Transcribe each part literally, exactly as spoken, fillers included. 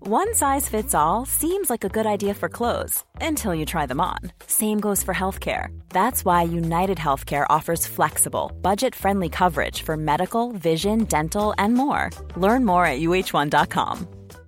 One size fits all seems like a good idea for clothes until you try them on. Same goes for healthcare. That's why United Healthcare offers flexible, budget-friendly coverage for medical, vision, dental, and more. Learn more at U H one dot com.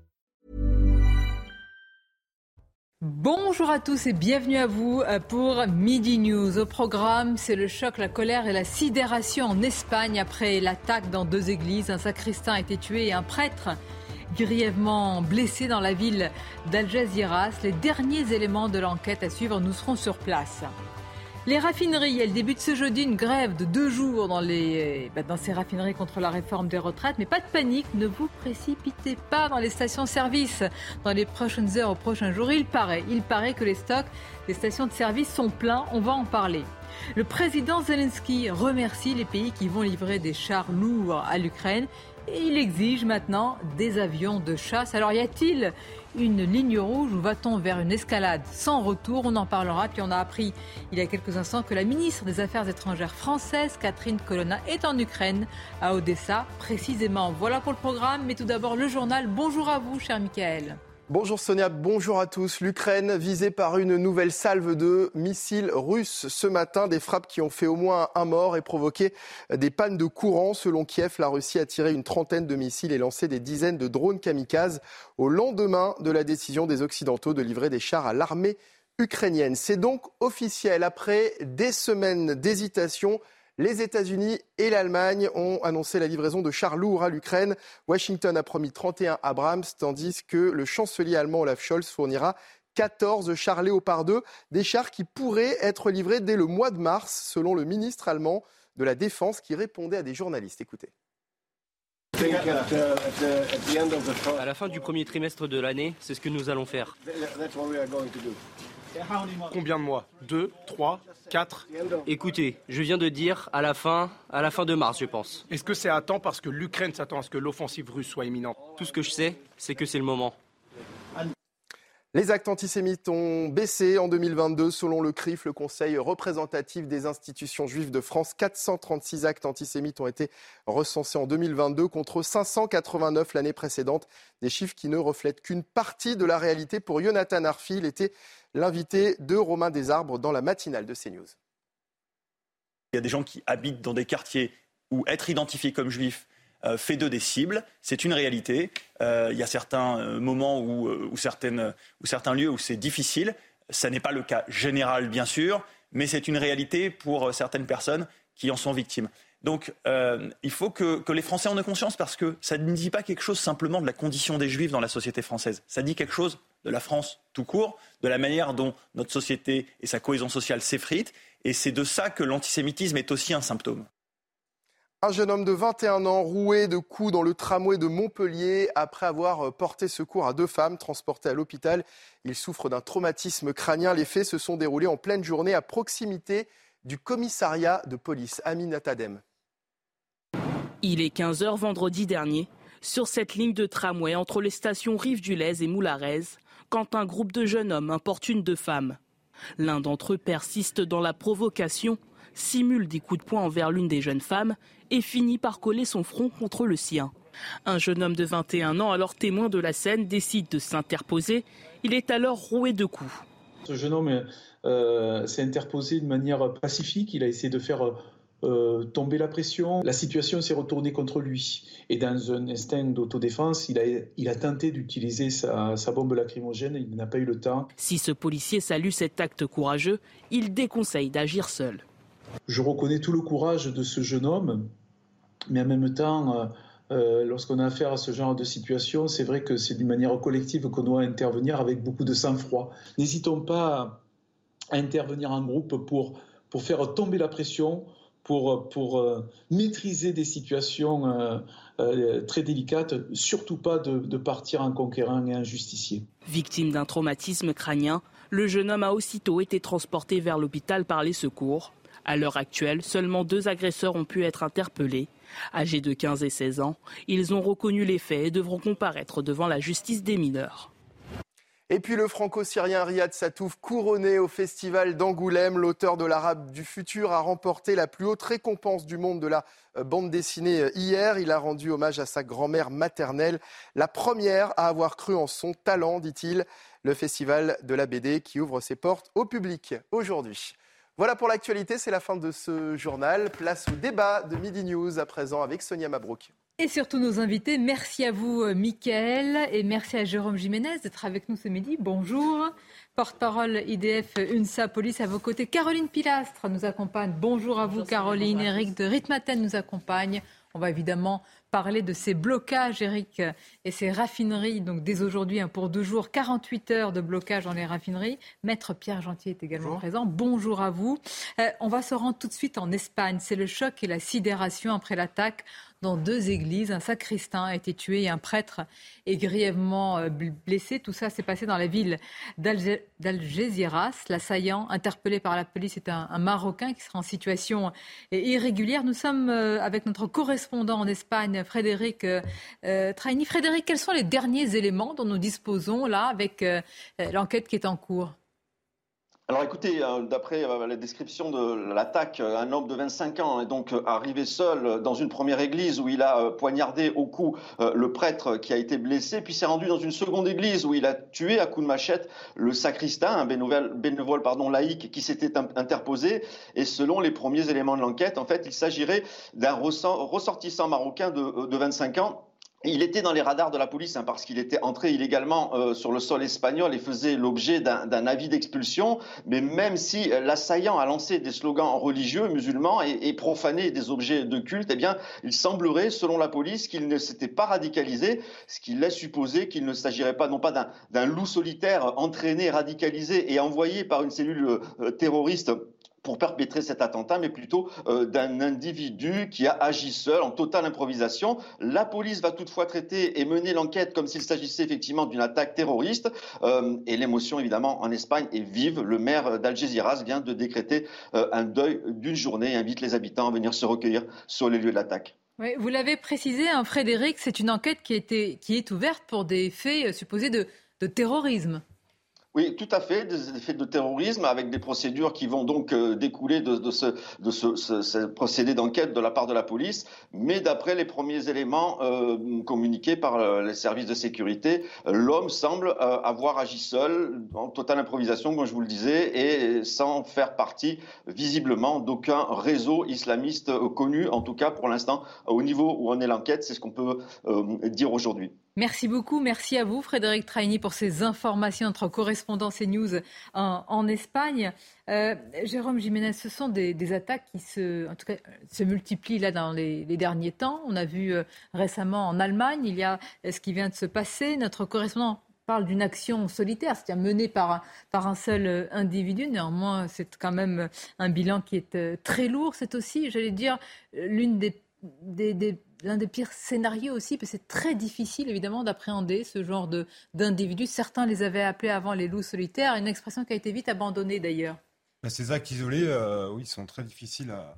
Bonjour à tous et bienvenue à vous pour Midi News. Au programme, c'est le choc, la colère et la sidération en Espagne après l'attaque dans deux églises. Un sacristain a été tué et un prêtre grièvement blessé dans la ville d'Algeciras. Les derniers éléments de l'enquête à suivre, nous serons sur place. Les raffineries, elles débutent ce jeudi une grève de deux jours dans, les, dans ces raffineries contre la réforme des retraites. Mais pas de panique, ne vous précipitez pas dans les stations-service. Dans les prochaines heures, aux prochains jours, il paraît, il paraît que les stocks des stations de service sont pleins. On va en parler. Le président Zelensky remercie les pays qui vont livrer des chars lourds à l'Ukraine. Et il exige maintenant des avions de chasse. Alors y a-t-il une ligne rouge ou va-t-on vers une escalade sans retour? On en parlera. Puis on a appris il y a quelques instants que la ministre des Affaires étrangères française, Catherine Colonna, est en Ukraine, à Odessa précisément. Voilà pour le programme. Mais tout d'abord le journal. Bonjour à vous, cher Mickaël. Bonjour Sonia, bonjour à tous. L'Ukraine visée par une nouvelle salve de missiles russes ce matin. Des frappes qui ont fait au moins un mort et provoqué des pannes de courant. Selon Kiev, la Russie a tiré une trentaine de missiles et lancé des dizaines de drones kamikazes au lendemain de la décision des Occidentaux de livrer des chars à l'armée ukrainienne. C'est donc officiel. Après des semaines d'hésitation, les États-Unis et l'Allemagne ont annoncé la livraison de chars lourds à l'Ukraine. Washington a promis trente et un Abrams, tandis que le chancelier allemand Olaf Scholz fournira quatorze chars Léopard deux, des chars qui pourraient être livrés dès le mois de mars, selon le ministre allemand de la Défense qui répondait à des journalistes. Écoutez. À la fin du premier trimestre de l'année, c'est ce que nous allons faire. Combien de mois? Deux, trois, quatre? Écoutez, je viens de dire à la fin, à la fin de mars, je pense. Est-ce que c'est à temps parce que l'Ukraine s'attend à ce que l'offensive russe soit imminente? Tout ce que je sais, c'est que c'est le moment. Les actes antisémites ont baissé en deux mille vingt-deux. Selon le C R I F, le Conseil représentatif des institutions juives de France, quatre cent trente-six actes antisémites ont été recensés en deux mille vingt-deux contre cinq cent quatre-vingt-neuf l'année précédente. Des chiffres qui ne reflètent qu'une partie de la réalité. Pour Jonathan Arfi, il était l'invité de Romain Desarbres dans la matinale de CNews. Il y a des gens qui habitent dans des quartiers où être identifié comme juif euh, fait d'eux des cibles. C'est une réalité. Euh, il y a certains euh, moments où, euh, où, certaines, où certains lieux où c'est difficile. Ça n'est pas le cas général, bien sûr, mais c'est une réalité pour certaines personnes qui en sont victimes. Donc, euh, il faut que, que les Français en aient conscience parce que ça ne dit pas quelque chose simplement de la condition des Juifs dans la société française. Ça dit quelque chose de la France tout court, de la manière dont notre société et sa cohésion sociale s'effritent. Et c'est de ça que l'antisémitisme est aussi un symptôme. Un jeune homme de vingt et un ans roué de coups dans le tramway de Montpellier après avoir porté secours à deux femmes transportées à l'hôpital. Il souffre d'un traumatisme crânien. Les faits se sont déroulés en pleine journée à proximité du commissariat de police. Amina Tadem. Il est quinze heures vendredi dernier, sur cette ligne de tramway entre les stations Rive-du-Lez et Moularez, quand un groupe de jeunes hommes importune deux femmes. L'un d'entre eux persiste dans la provocation, simule des coups de poing envers l'une des jeunes femmes et finit par coller son front contre le sien. Un jeune homme de vingt et un ans, alors témoin de la scène, décide de s'interposer. Il est alors roué de coups. Ce jeune homme euh, s'est interposé de manière pacifique. Il a essayé de faire euh, tomber la pression. La situation s'est retournée contre lui. Et dans un instinct d'autodéfense, il a, il a tenté d'utiliser sa, sa bombe lacrymogène. Il n'a pas eu le temps. Si ce policier salue cet acte courageux, il déconseille d'agir seul. Je reconnais tout le courage de ce jeune homme, mais en même temps, euh, euh, lorsqu'on a affaire à ce genre de situation, c'est vrai que c'est d'une manière collective qu'on doit intervenir avec beaucoup de sang-froid. N'hésitons pas à intervenir en groupe pour, pour faire tomber la pression, pour, pour euh, maîtriser des situations euh, euh, très délicates, surtout pas de, de partir en conquérant et en justicier. Victime d'un traumatisme crânien, le jeune homme a aussitôt été transporté vers l'hôpital par les secours. À l'heure actuelle, seulement deux agresseurs ont pu être interpellés. Âgés de quinze et seize ans, ils ont reconnu les faits et devront comparaître devant la justice des mineurs. Et puis le franco-syrien Riyad Sattouf, couronné au festival d'Angoulême. L'auteur de l'Arabe du futur a remporté la plus haute récompense du monde de la bande dessinée hier. Il a rendu hommage à sa grand-mère maternelle, la première à avoir cru en son talent, dit-il. Le festival de la B D qui ouvre ses portes au public aujourd'hui. Voilà pour l'actualité, c'est la fin de ce journal. Place au débat de Midi News à présent avec Sonia Mabrouk. Et surtout nos invités, merci à vous Mickaël et merci à Jérôme Jiménez d'être avec nous ce midi. Bonjour, porte-parole I D F UNSA Police à vos côtés. Caroline Pilastre nous accompagne. Bonjour à vous bonjour, Caroline. Éric de Ritmaten nous accompagne. On va évidemment parler de ces blocages, Éric, et ces raffineries. Donc dès aujourd'hui, hein, pour deux jours, quarante-huit heures de blocage dans les raffineries. Maître Pierre Gentil est également bonjour. présent. Bonjour à vous. Euh, on va se rendre tout de suite en Espagne. C'est le choc et la sidération après l'attaque dans deux églises. Un sacristain a été tué et un prêtre est grièvement blessé. Tout ça s'est passé dans la ville d'Alge- d'Algeciras. L'assaillant, interpellé par la police, est un, un Marocain qui sera en situation irrégulière. Nous sommes avec notre correspondant en Espagne, Frédéric euh, Traini. Frédéric, quels sont les derniers éléments dont nous disposons là avec euh, l'enquête qui est en cours ? Alors écoutez, d'après la description de l'attaque, un homme de vingt-cinq ans est donc arrivé seul dans une première église où il a poignardé au cou le prêtre qui a été blessé, puis s'est rendu dans une seconde église où il a tué à coups de machette le sacristain, un bénévole, bénévole pardon, laïque qui s'était interposé. Et selon les premiers éléments de l'enquête, en fait, il s'agirait d'un ressortissant marocain de, de vingt-cinq ans. Il était dans les radars de la police hein, parce qu'il était entré illégalement euh, sur le sol espagnol et faisait l'objet d'un, d'un avis d'expulsion. Mais même si l'assaillant a lancé des slogans religieux, musulmans et, et profané des objets de culte, eh bien, il semblerait, selon la police, qu'il ne s'était pas radicalisé, ce qui laisse supposer qu'il ne s'agirait pas non pas d'un, d'un loup solitaire entraîné, radicalisé et envoyé par une cellule euh, terroriste pour perpétrer cet attentat, mais plutôt euh, d'un individu qui a agi seul, en totale improvisation. La police va toutefois traiter et mener l'enquête comme s'il s'agissait effectivement d'une attaque terroriste. Euh, et l'émotion, évidemment, en Espagne est vive. Le maire d'Algeciras vient de décréter euh, un deuil d'une journée et invite les habitants à venir se recueillir sur les lieux de l'attaque. Oui, vous l'avez précisé, hein, Frédéric, c'est une enquête qui, a été, qui est ouverte pour des faits supposés de, de terrorisme. Oui, tout à fait, des faits de terrorisme avec des procédures qui vont donc euh, découler de, de, ce, de ce, ce, ce procédé d'enquête de la part de la police. Mais d'après les premiers éléments euh, communiqués par euh, les services de sécurité, euh, l'homme semble euh, avoir agi seul, en totale improvisation, comme je vous le disais, et sans faire partie visiblement d'aucun réseau islamiste euh, connu, en tout cas pour l'instant, au niveau où en est l'enquête, c'est ce qu'on peut euh, dire aujourd'hui. Merci beaucoup, merci à vous Frédéric Traini pour ces informations, notre correspondant CNews en, en Espagne. Euh, Jérôme Jiménez, ce sont des, des attaques qui se, en tout cas, se multiplient là dans les, les derniers temps. On a vu euh, récemment en Allemagne, il y a ce qui vient de se passer. Notre correspondant parle d'une action solitaire, c'est-à-dire menée par, par un seul individu. Néanmoins, c'est quand même un bilan qui est très lourd. C'est aussi, j'allais dire, l'une des, des, des l'un des pires scénarios aussi, parce que c'est très difficile évidemment d'appréhender ce genre de, d'individus. Certains les avaient appelés avant les loups solitaires, une expression qui a été vite abandonnée d'ailleurs. Ces actes isolés, euh, oui, sont très difficiles à,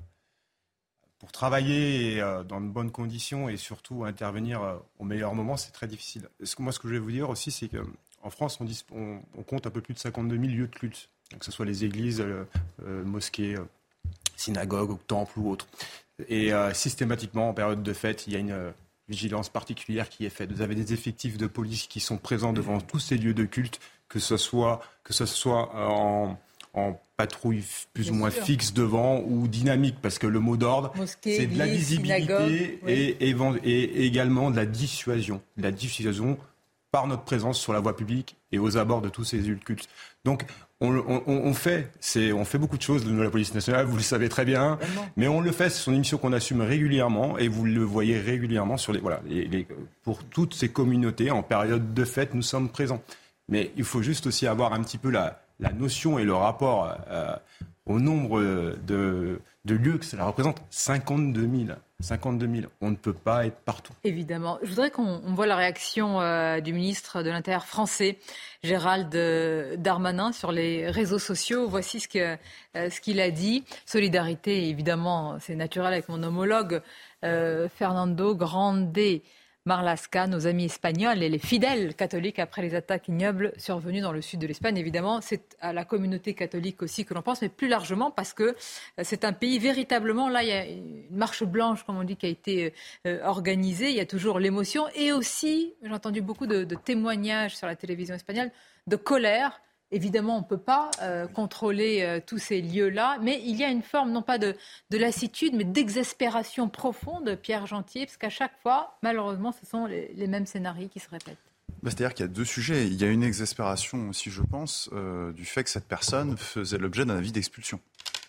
pour travailler et, euh, dans de bonnes conditions et surtout intervenir euh, au meilleur moment, c'est très difficile. Ce que, moi, ce que je vais vous dire aussi, c'est qu'en France, on, dit, on, on compte un peu plus de cinquante-deux mille lieux de culte, que ce soit les églises, euh, euh, mosquées, euh, synagogues, ou temples ou autres. Et euh, systématiquement, en période de fête, il y a une euh, vigilance particulière qui est faite. Vous avez des effectifs de police qui sont présents devant tous ces lieux de culte, que ce soit, que ce soit euh, en, en patrouille plus Bien ou moins sûr. fixe devant ou dynamique, parce que le mot d'ordre, Mosquée, c'est de la visibilité oui. et, et, et également de la dissuasion. De la dissuasion par notre présence sur la voie publique et aux abords de tous ces lieux de culte. Donc, On, on, on, fait, c'est, on fait beaucoup de choses de la police nationale, vous le savez très bien, Vraiment. mais on le fait, ce sont des missions qu'on assume régulièrement et vous le voyez régulièrement sur les, voilà, les, les, pour toutes ces communautés, en période de fête, nous sommes présents. Mais il faut juste aussi avoir un petit peu la, la notion et le rapport euh, au nombre de, de lieux que cela représente, cinquante-deux mille. cinquante-deux mille, on ne peut pas être partout. Évidemment. Je voudrais qu'on on voit la réaction euh, du ministre de l'Intérieur français, Gérald Darmanin, sur les réseaux sociaux. Voici ce, que, euh, ce qu'il a dit. Solidarité, évidemment, c'est naturel avec mon homologue euh, Fernando Grande Marlaska, nos amis espagnols et les fidèles catholiques après les attaques ignobles survenues dans le sud de l'Espagne. Évidemment, c'est à la communauté catholique aussi que l'on pense, mais plus largement parce que c'est un pays véritablement, là, il y a une marche blanche, comme on dit, qui a été euh, organisée. Il y a toujours l'émotion et aussi, j'ai entendu beaucoup de, de témoignages sur la télévision espagnole, de colère. Évidemment, on ne peut pas euh, contrôler euh, tous ces lieux-là, mais il y a une forme, non pas de, de lassitude, mais d'exaspération profonde, Pierre Gentier, parce qu'à chaque fois, malheureusement, ce sont les, les mêmes scénarios qui se répètent. Bah, c'est-à-dire qu'il y a deux sujets. Il y a une exaspération aussi, je pense, euh, du fait que cette personne faisait l'objet d'un avis d'expulsion.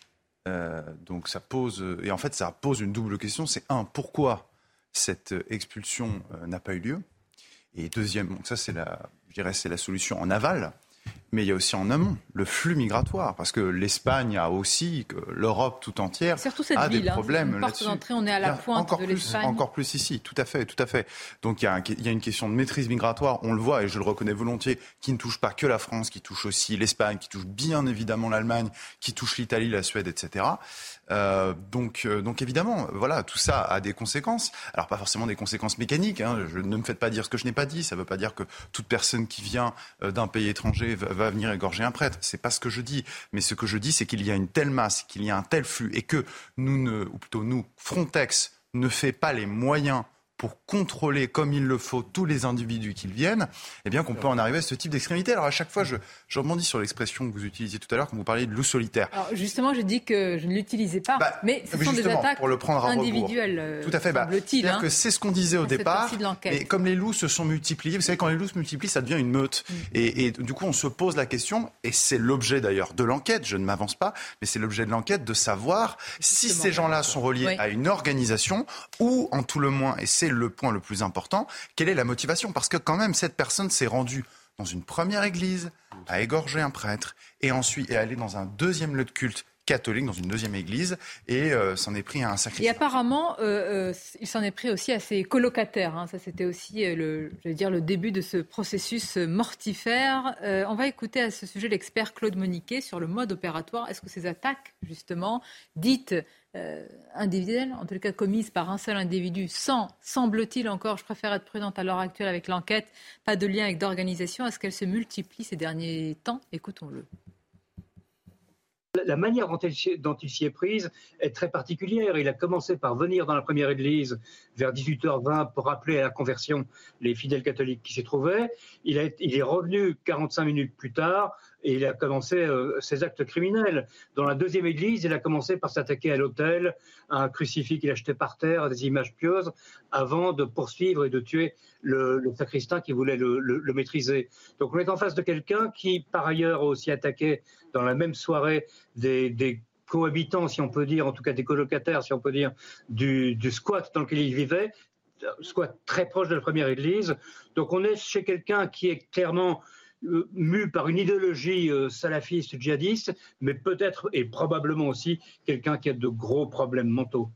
Euh, donc ça pose, et en fait, ça pose une double question. C'est un, pourquoi cette expulsion euh, n'a pas eu lieu ? Et deuxième, donc ça, c'est la, je dirais, c'est la solution en aval. Mais il y a aussi en amont le flux migratoire, parce que l'Espagne a aussi, que l'Europe tout entière surtout cette a ville, des problèmes hein, là-dessus. D'entrée, on est à la pointe encore de plus, l'Espagne. Encore plus ici, tout à fait, tout à fait. Donc il y, a un, il y a une question de maîtrise migratoire, on le voit et je le reconnais volontiers, qui ne touche pas que la France, qui touche aussi l'Espagne, qui touche bien évidemment l'Allemagne, qui touche l'Italie, la Suède, et cetera. Euh, donc, euh, donc évidemment, voilà, tout ça a des conséquences. Alors pas forcément des conséquences mécaniques. Hein. Je, ne me faites pas dire ce que je n'ai pas dit. Ça ne veut pas dire que toute personne qui vient euh, d'un pays étranger va, va venir égorger un prêtre. C'est pas ce que je dis. Mais ce que je dis, c'est qu'il y a une telle masse, qu'il y a un tel flux, et que nous ne, ou plutôt nous, Frontex ne fait pas les moyens pour contrôler comme il le faut tous les individus qui viennent, eh bien qu'on peut en arriver à ce type d'extrémité. Alors à chaque fois, je, je rebondis sur l'expression que vous utilisiez tout à l'heure quand vous parliez de loup solitaire. Alors justement, je dis que je ne l'utilisais pas, bah, mais ce mais sont des attaques pour le prendre à individuelles. Tout à fait. Bah, c'est-à-dire hein, que c'est ce qu'on disait au départ. Mais comme les loups se sont multipliés, vous savez, quand les loups se multiplient, ça devient une meute. Mm. Et, et du coup, on se pose la question, et c'est l'objet d'ailleurs de l'enquête, je ne m'avance pas, mais c'est l'objet de l'enquête de savoir si Justement, ces gens-là sont reliés oui. à une organisation ou, en tout le moins, et c'est le point le plus important, important, quelle est la motivation ? Parce que quand même, cette personne s'est rendue dans une première église, a égorgé un prêtre, et ensuite est allée dans un deuxième lieu de culte catholique, dans une deuxième église, et euh, s'en est pris à un sacrifice. Et apparemment, euh, euh, il s'en est pris aussi à ses colocataires. Hein. Ça, c'était aussi euh, le, je vais dire, le début de ce processus mortifère. Euh, on va écouter à ce sujet l'expert Claude Moniquet sur le mode opératoire. Est-ce que ces attaques, justement, dites Euh, individuelles, en tout cas commises par un seul individu, sans, semble-t-il encore, je préfère être prudente à l'heure actuelle avec l'enquête, pas de lien avec d'organisation, est-ce qu'elles se multiplient ces derniers temps ? Écoutons-le. La manière dont il, dont il s'y est prise est très particulière. Il a commencé par venir dans la première église vers dix-huit heures vingt pour rappeler à la conversion les fidèles catholiques qui s'y trouvaient. Il, a, il est revenu quarante-cinq minutes plus tard et il a commencé euh, ses actes criminels. Dans la deuxième église, il a commencé par s'attaquer à l'autel, à un crucifix qu'il achetait par terre, à des images pieuses, avant de poursuivre et de tuer le, le sacristain qui voulait le, le, le maîtriser. Donc on est en face de quelqu'un qui, par ailleurs, a aussi attaqué dans la même soirée des, des cohabitants, si on peut dire, en tout cas des colocataires, si on peut dire, du, du squat dans lequel il vivait, squat très proche de la première église. Donc on est chez quelqu'un qui est clairement euh, mu par une idéologie euh, salafiste, djihadiste, mais peut-être et probablement aussi quelqu'un qui a de gros problèmes mentaux.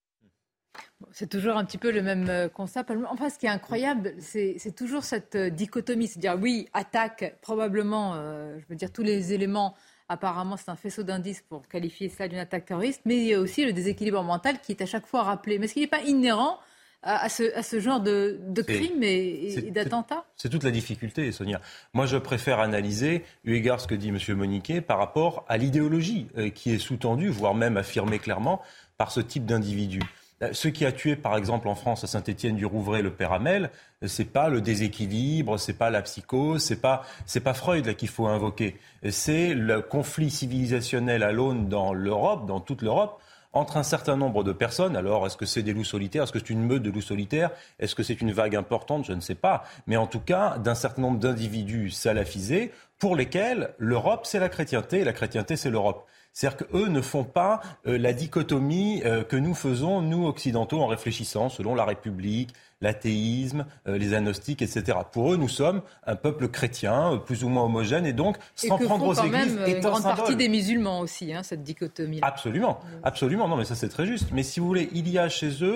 C'est toujours un petit peu le même constat. Enfin, ce qui est incroyable, c'est, c'est toujours cette dichotomie. C'est-à-dire, oui, attaque, probablement, euh, je veux dire, tous les éléments, apparemment, c'est un faisceau d'indices pour qualifier ça d'une attaque terroriste, mais il y a aussi le déséquilibre mental qui est à chaque fois rappelé. Mais est-ce qu'il n'est pas inhérent à, à, ce, à ce genre de, de crimes et, et d'attentats ? C'est toute la difficulté, Sonia. Moi, je préfère analyser, eu égard ce que dit M. Moniquet, par rapport à l'idéologie euh, qui est sous-tendue, voire même affirmée clairement, par ce type d'individu. Ce qui a tué, par exemple, en France, à Saint-Étienne-du-Rouvray, le père Hamel, c'est pas le déséquilibre, c'est pas la psychose, c'est pas, c'est pas Freud là qu'il faut invoquer. C'est le conflit civilisationnel à l'aune dans l'Europe, dans toute l'Europe, entre un certain nombre de personnes. Alors, est-ce que c'est des loups solitaires ? Est-ce que c'est une meute de loups solitaires ? Est-ce que c'est une vague importante ? Je ne sais pas. Mais en tout cas, d'un certain nombre d'individus salafisés pour lesquels l'Europe, c'est la chrétienté et la chrétienté, c'est l'Europe. C'est-à-dire qu'eux ne font pas euh, la dichotomie euh, que nous faisons, nous occidentaux, en réfléchissant selon la République, l'athéisme, euh, les agnostiques, et cetera. Pour eux, nous sommes un peuple chrétien, euh, plus ou moins homogène, et donc s'en prendre aux églises est un symbole. Et que font quand même une grande partie des musulmans aussi, hein, cette dichotomie. Absolument, absolument. Non, mais ça c'est très juste. Mais si vous voulez, il y a chez eux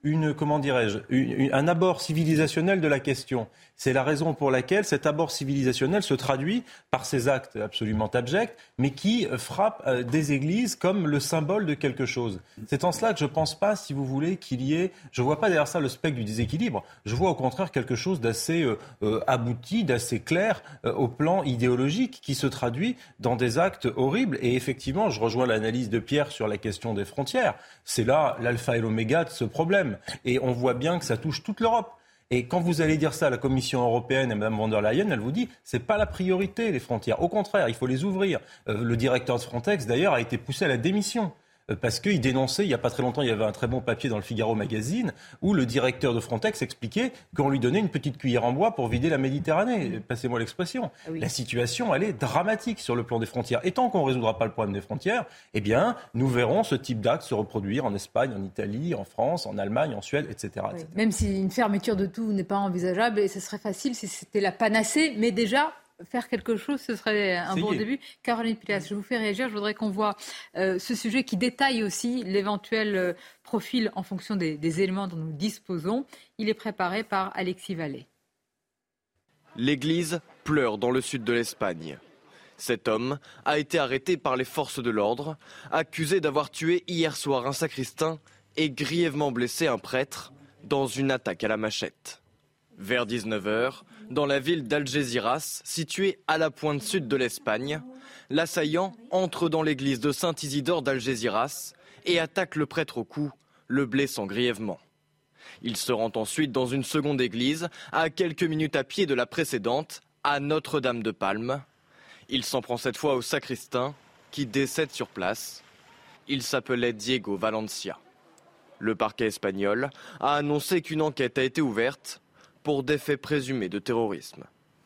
une, comment dirais-je, une, une, un abord civilisationnel de la question. C'est la raison pour laquelle cet abord civilisationnel se traduit par ces actes absolument abjects, mais qui frappent euh, des églises comme le symbole de quelque chose. C'est en cela que je ne pense pas, si vous voulez, qu'il y ait... Je ne vois pas derrière ça le spectre du déséquilibre. Je vois au contraire quelque chose d'assez euh, euh, abouti, d'assez clair euh, au plan idéologique qui se traduit dans des actes horribles. Et effectivement, je rejoins l'analyse de Pierre sur la question des frontières. C'est là l'alpha et l'oméga de ce problème. Et on voit bien que ça touche toute l'Europe. Et quand vous allez dire ça à la Commission européenne et Mme von der Leyen, elle vous dit c'est pas la priorité les frontières. Au contraire, il faut les ouvrir. Euh, le directeur de Frontex d'ailleurs a été poussé à la démission. Parce qu'il dénonçait, il n'y a pas très longtemps, il y avait un très bon papier dans le Figaro Magazine où le directeur de Frontex expliquait qu'on lui donnait une petite cuillère en bois pour vider la Méditerranée. Passez-moi l'expression. Ah oui. La situation, elle est dramatique sur le plan des frontières. Et tant qu'on ne résoudra pas le problème des frontières, eh bien, nous verrons ce type d'acte se reproduire en Espagne, en Italie, en France, en Allemagne, en Suède, et cetera, oui. et cetera. Même si une fermeture de tout n'est pas envisageable, et ce serait facile si c'était la panacée, mais déjà... Faire quelque chose, ce serait un bon début. Caroline Pilas, je vous fais réagir. Je voudrais qu'on voit euh, ce sujet qui détaille aussi l'éventuel euh, profil en fonction des, des éléments dont nous disposons. Il est préparé par Alexis Vallée. L'église pleure dans le sud de l'Espagne. Cet homme a été arrêté par les forces de l'ordre, accusé d'avoir tué hier soir un sacristain et grièvement blessé un prêtre dans une attaque à la machette. Vers dix-neuf heures, dans la ville d'Algeciras, située à la pointe sud de l'Espagne, l'assaillant entre dans l'église de Saint-Isidore d'Algeciras et attaque le prêtre au cou, le blessant grièvement. Il se rend ensuite dans une seconde église, à quelques minutes à pied de la précédente, à Notre-Dame-de-Palme. Il s'en prend cette fois au sacristain, qui décède sur place. Il s'appelait Diego Valencia. Le parquet espagnol a annoncé qu'une enquête a été ouverte pour des faits présumés de terrorisme.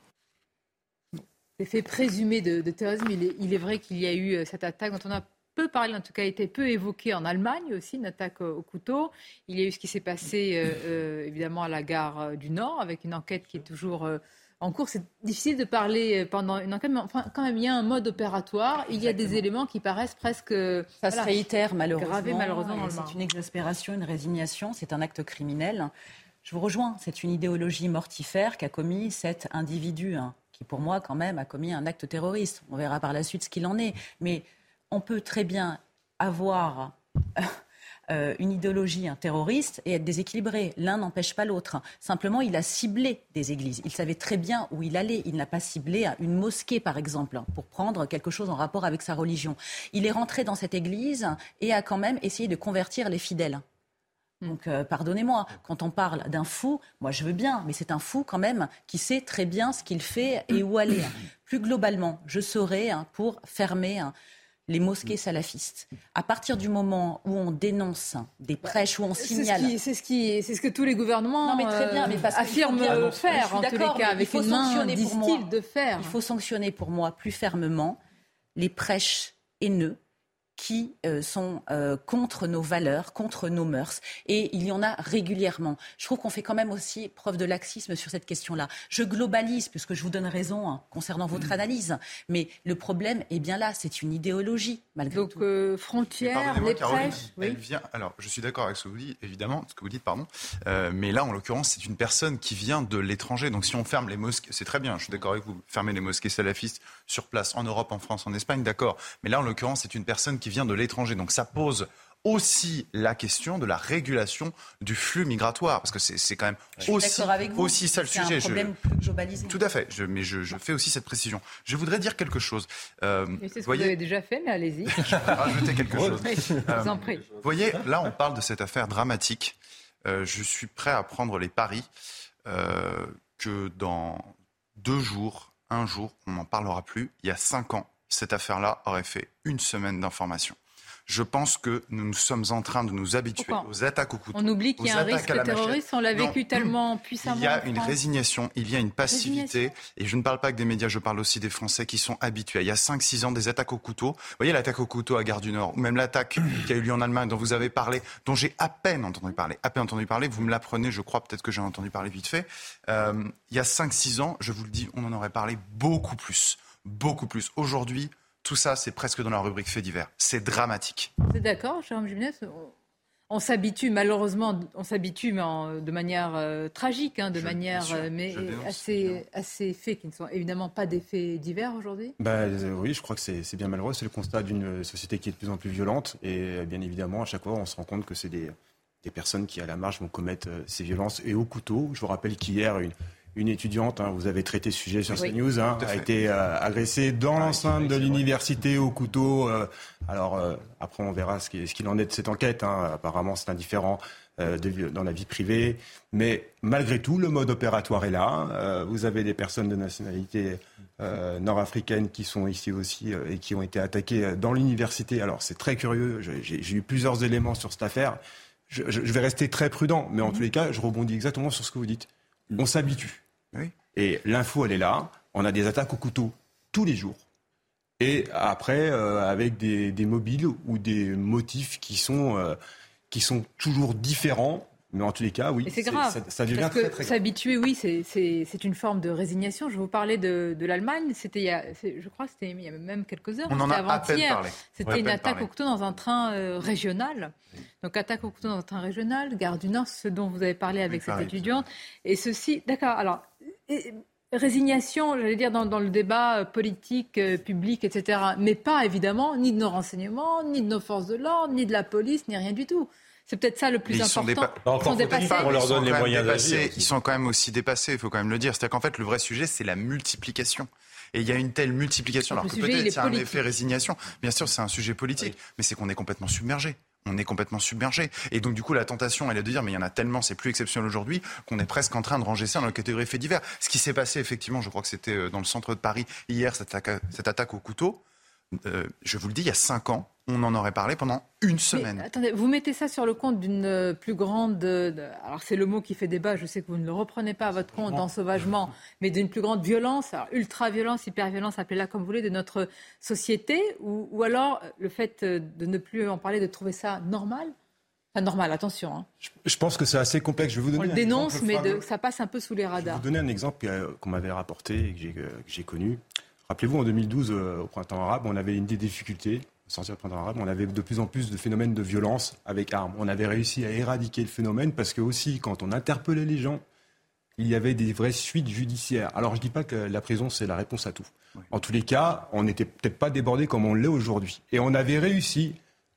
Des faits présumés de, de terrorisme, il est, il est vrai qu'il y a eu cette attaque dont on a peu parlé, en tout cas a été peu évoquée en Allemagne aussi, une attaque au couteau. Il y a eu ce qui s'est passé euh, euh, évidemment à la gare du Nord, avec une enquête qui est toujours euh, en cours. C'est difficile de parler pendant une enquête, mais enfin, quand même, il y a un mode opératoire. Il y a des éléments qui paraissent presque... Ça voilà, se réitère malheureusement. Gravés, malheureusement dans le c'est une exaspération, une résignation, c'est un acte criminel. Je vous rejoins, c'est une idéologie mortifère qu'a commis cet individu, hein, qui pour moi quand même a commis un acte terroriste. On verra par la suite ce qu'il en est. Mais on peut très bien avoir euh, une idéologie hein, terroriste et être déséquilibré. L'un n'empêche pas l'autre. Simplement, il a ciblé des églises. Il savait très bien où il allait. Il n'a pas ciblé une mosquée, par exemple, pour prendre quelque chose en rapport avec sa religion. Il est rentré dans cette église et a quand même essayé de convertir les fidèles. Donc, euh, pardonnez-moi, quand on parle d'un fou, moi je veux bien, mais c'est un fou quand même qui sait très bien ce qu'il fait et où aller. Plus globalement, je serais hein, pour fermer hein, les mosquées salafistes. À partir du moment où on dénonce des prêches, où on signale... C'est ce, qui, c'est ce, qui, c'est ce que tous les gouvernements non, mais très bien, mais parce affirment bien, faire, en tous les cas, avec une main distille de faire. Il faut sanctionner pour moi plus fermement les prêches haineux, qui euh, sont euh, contre nos valeurs, contre nos mœurs. Et il y en a régulièrement. Je trouve qu'on fait quand même aussi preuve de laxisme sur cette question-là. Je globalise, puisque je vous donne raison hein, concernant votre analyse. Mais le problème est bien là. C'est une idéologie, malgré Donc, tout. Donc, euh, frontières, les Caroline, prêches... Elle oui. vient, alors, je suis d'accord avec ce que vous dites, évidemment, ce que vous dites, pardon. Euh, mais là, en l'occurrence, c'est une personne qui vient de l'étranger. Donc, si on ferme les mosquées, c'est très bien, je suis d'accord avec vous, fermer les mosquées salafistes sur place, en Europe, en France, en Espagne, d'accord. Mais là, en l'occurrence, c'est une personne qui vient de l'étranger. Donc, ça pose aussi la question de la régulation du flux migratoire, parce que c'est, c'est quand même je aussi, suis avec vous. aussi ça le c'est sujet. Un problème je, plus globalisé. Tout à fait, je, mais je, je fais aussi cette précision. Je voudrais dire quelque chose. Euh, c'est ce voyez, que vous avez déjà fait, mais allez-y. Je vais rajouter quelque chose. Oui, je vous en prie. Vous voyez, là, on parle de cette affaire dramatique. Euh, je suis prêt à prendre les paris euh, que dans deux jours, un jour, on n'en parlera plus. Il y a cinq ans, cette affaire-là aurait fait une semaine d'information. Je pense que nous, nous sommes en train de nous habituer Pourquoi aux attaques au couteau. On oublie qu'il y a un risque terroriste, on l'a vécu non. tellement puissamment. Il y a une résignation, il y a une passivité. Et je ne parle pas que des médias, je parle aussi des Français qui sont habitués. Il y a cinq six ans, des attaques au couteau. Vous voyez l'attaque au couteau à Gare du Nord, ou même l'attaque qui a eu lieu en Allemagne, dont vous avez parlé, dont j'ai à peine entendu parler. À peine entendu parler, vous me l'apprenez, je crois, peut-être que j'ai entendu parler vite fait. Euh, il y a cinq six ans, je vous le dis, on en aurait parlé beaucoup plus. Beaucoup plus. Aujourd'hui, tout ça, c'est presque dans la rubrique fait divers. C'est dramatique. Vous êtes d'accord, Jérôme Jumenez ? On s'habitue, malheureusement, on s'habitue mais en, de manière euh, tragique, hein, de je, manière sûr, euh, mais assez, assez faits qui ne sont évidemment pas des faits divers aujourd'hui. Bah, euh, oui, je crois que c'est, c'est bien malheureux. C'est le constat d'une société qui est de plus en plus violente. Et bien évidemment, à chaque fois, on se rend compte que c'est des, des personnes qui, à la marge, vont commettre euh, ces violences. Et au couteau, je vous rappelle qu'hier, une, une étudiante, hein, vous avez traité ce sujet sur oui. CNews, hein, a été euh, agressée dans ah, l'enceinte de l'université au couteau. Euh, alors, euh, après, on verra ce, qui, ce qu'il en est de cette enquête. Hein. Apparemment, c'est indifférent euh, de, dans la vie privée. Mais malgré tout, le mode opératoire est là. Euh, vous avez des personnes de nationalité euh, nord-africaine qui sont ici aussi euh, et qui ont été attaquées dans l'université. Alors, c'est très curieux. J'ai, j'ai eu plusieurs éléments sur cette affaire. Je, je, je vais rester très prudent. Mais en mmh. tous les cas, je rebondis exactement sur ce que vous dites. On s'habitue. Oui. Et l'info, elle est là. On a des attaques au couteau tous les jours. Et après, euh, avec des, des mobiles ou des motifs qui sont, euh, qui sont toujours différents. Mais en tous les cas, oui, et c'est grave. Ça, ça devient Parce très, que très grave. S'habituer, oui, c'est, c'est, c'est une forme de résignation. Je vous parlais de, de l'Allemagne. C'était il y a, je crois que c'était il y a même quelques heures. On en a à peine parlé. C'était une attaque parlé. au couteau dans un train euh, régional. Donc attaque au couteau dans un train régional, Gare du Nord, ce dont vous avez parlé avec oui, cette pareil, étudiante. Et ceci, d'accord, alors... Et, résignation, j'allais dire, dans, dans le débat politique, euh, public, et cetera. Mais pas, évidemment, ni de nos renseignements, ni de nos forces de l'ordre, ni de la police, ni rien du tout. C'est peut-être ça le plus ils important. Sont dépa- ils sont dépassés. On leur donne les moyens d'agir. Ils sont quand même aussi dépassés, il faut quand même le dire. C'est-à-dire qu'en fait, le vrai sujet, c'est la multiplication. Et il y a une telle multiplication, alors, alors que peut-être il y a un effet résignation. Bien sûr, c'est un sujet politique, oui. mais c'est qu'on est complètement submergé. On est complètement submergé. Et donc, du coup, la tentation, elle est de dire, mais il y en a tellement, c'est plus exceptionnel aujourd'hui, qu'on est presque en train de ranger ça dans la catégorie faits divers. Ce qui s'est passé, effectivement, je crois que c'était dans le centre de Paris, hier, cette attaque, cette attaque au couteau, euh, je vous le dis, il y a cinq ans, on en aurait parlé pendant une semaine. Mais, attendez, vous mettez ça sur le compte d'une plus grande... De, de, alors, c'est le mot qui fait débat, je sais que vous ne le reprenez pas à votre compte, d'ensauvagement, mais d'une plus grande violence, alors ultra-violence, hyper-violence, appelez-la comme vous voulez, de notre société, ou, ou alors le fait de ne plus en parler, de trouver ça normal. Enfin, normal, attention. Hein. Je, je pense que c'est assez complexe. Je vais vous donner On le dénonce, mais de, ça passe un peu sous les radars. Je vais vous donner un exemple qu'on m'avait rapporté et que j'ai, que j'ai connu. Rappelez-vous, en deux mille douze, euh, au printemps arabe, on avait une des difficultés, sortir du printemps arabe, on avait de plus en plus de phénomènes de violence avec armes. On avait réussi à éradiquer le phénomène parce que aussi, quand on interpellait les gens, il y avait des vraies suites judiciaires. Alors, je ne dis pas que la prison, c'est la réponse à tout. Oui. En tous les cas, on n'était peut-être pas débordé comme on l'est aujourd'hui. Et on avait réussi,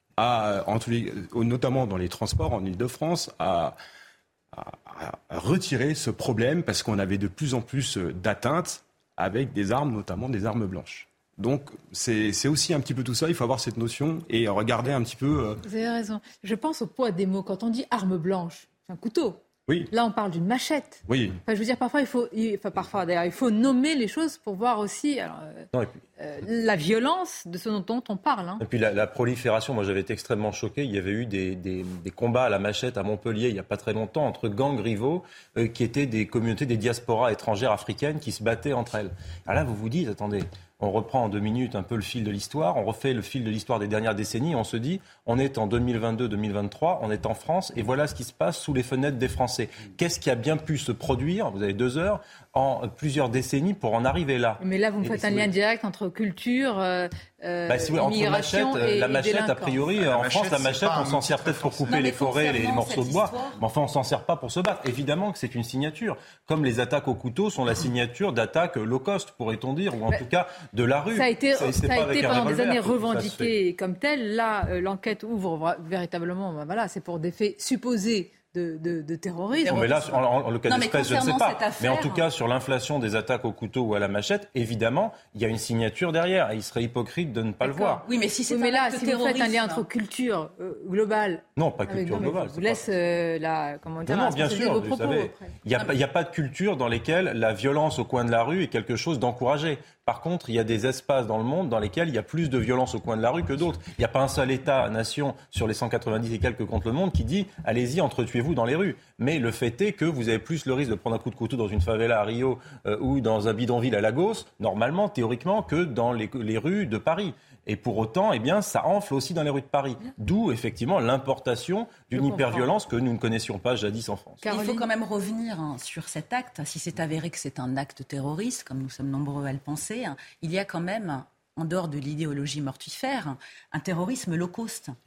à, en tous les, notamment dans les transports en Ile-de-France, à, à, à retirer ce problème parce qu'on avait de plus en plus d'atteintes avec des armes, notamment des armes blanches. Donc, c'est, c'est aussi un petit peu tout ça. Il faut avoir cette notion et regarder un petit peu... Euh... Vous avez raison. Je pense au poids des mots. Quand on dit arme blanche, c'est un couteau. Oui. Là, on parle d'une machette. Oui. Enfin, je veux dire, parfois, il faut... Il, enfin, parfois, d'ailleurs, il faut nommer les choses pour voir aussi alors, non, et puis, euh, la violence de ce dont on parle. Hein. Et puis, la, la prolifération. Moi, j'avais été extrêmement choqué. Il y avait eu des, des, des combats à la machette à Montpellier, il n'y a pas très longtemps, entre gangs rivaux euh, qui étaient des communautés, des diasporas étrangères africaines qui se battaient entre elles. Alors là, vous vous dites, attendez... On reprend en deux minutes un peu le fil de l'histoire, on refait le fil de l'histoire des dernières décennies, on se dit, on est en deux mille vingt-deux deux mille vingt-trois, on est en France, et voilà ce qui se passe sous les fenêtres des Français. Qu'est-ce qui a bien pu se produire, vous avez deux heures, en plusieurs décennies pour en arriver là? Mais là, vous me faites et un lien direct entre culture, euh, euh, bah, si, immigration entre machette, et, La machette, a priori, la en machette, France, la machette, on s'en sert peut-être pour couper non, les forêts, les morceaux de bois, histoire... mais enfin, on s'en sert pas pour se battre. Évidemment que c'est une signature. Comme les attaques au couteau sont la signature d'attaques low cost, pourrait-on dire, ou en bah, tout cas de la rue. Ça a été, c'est, c'est ça a été pendant des années revendiqué se comme tel. Là, euh, l'enquête ouvre véritablement, ben voilà, c'est pour des faits supposés de, de, de terrorisme. Non, mais là, en, en le cas non, d'espèce, je ne sais pas. Affaire... Mais en tout cas, sur l'inflation des attaques au couteau ou à la machette, évidemment, il y a une signature derrière. Et il serait hypocrite de ne pas D'accord. le voir. Oui, mais si c'est oui, mais là, si vous faites un lien entre culture euh, globale... Non, pas culture avec, non, globale. Je vous laisse pas... euh, la... Comment dire, non, non, bien sûr, vous savez. Il n'y a, a pas de culture dans lesquelles la violence au coin de la rue est quelque chose d'encouragé. Par contre, il y a des espaces dans le monde dans lesquels il y a plus de violence au coin de la rue que d'autres. Il n'y a pas un seul État, nation, sur les cent quatre-vingt-dix et quelques contre le monde qui dit « allez-y, entretuez-vous dans les rues ». Mais le fait est que vous avez plus le risque de prendre un coup de couteau dans une favela à Rio euh, ou dans un bidonville à Lagos, normalement, théoriquement, que dans les, les rues de Paris. Et pour autant, eh bien, ça enfle aussi dans les rues de Paris. D'où, effectivement, l'importation d'une hyperviolence que nous ne connaissions pas jadis en France. Caroline. Il faut quand même revenir hein, sur cet acte. Si c'est avéré que c'est un acte terroriste, comme nous sommes nombreux à le penser, hein, il y a quand même, en dehors de l'idéologie mortifère, un terrorisme low cost. Oui.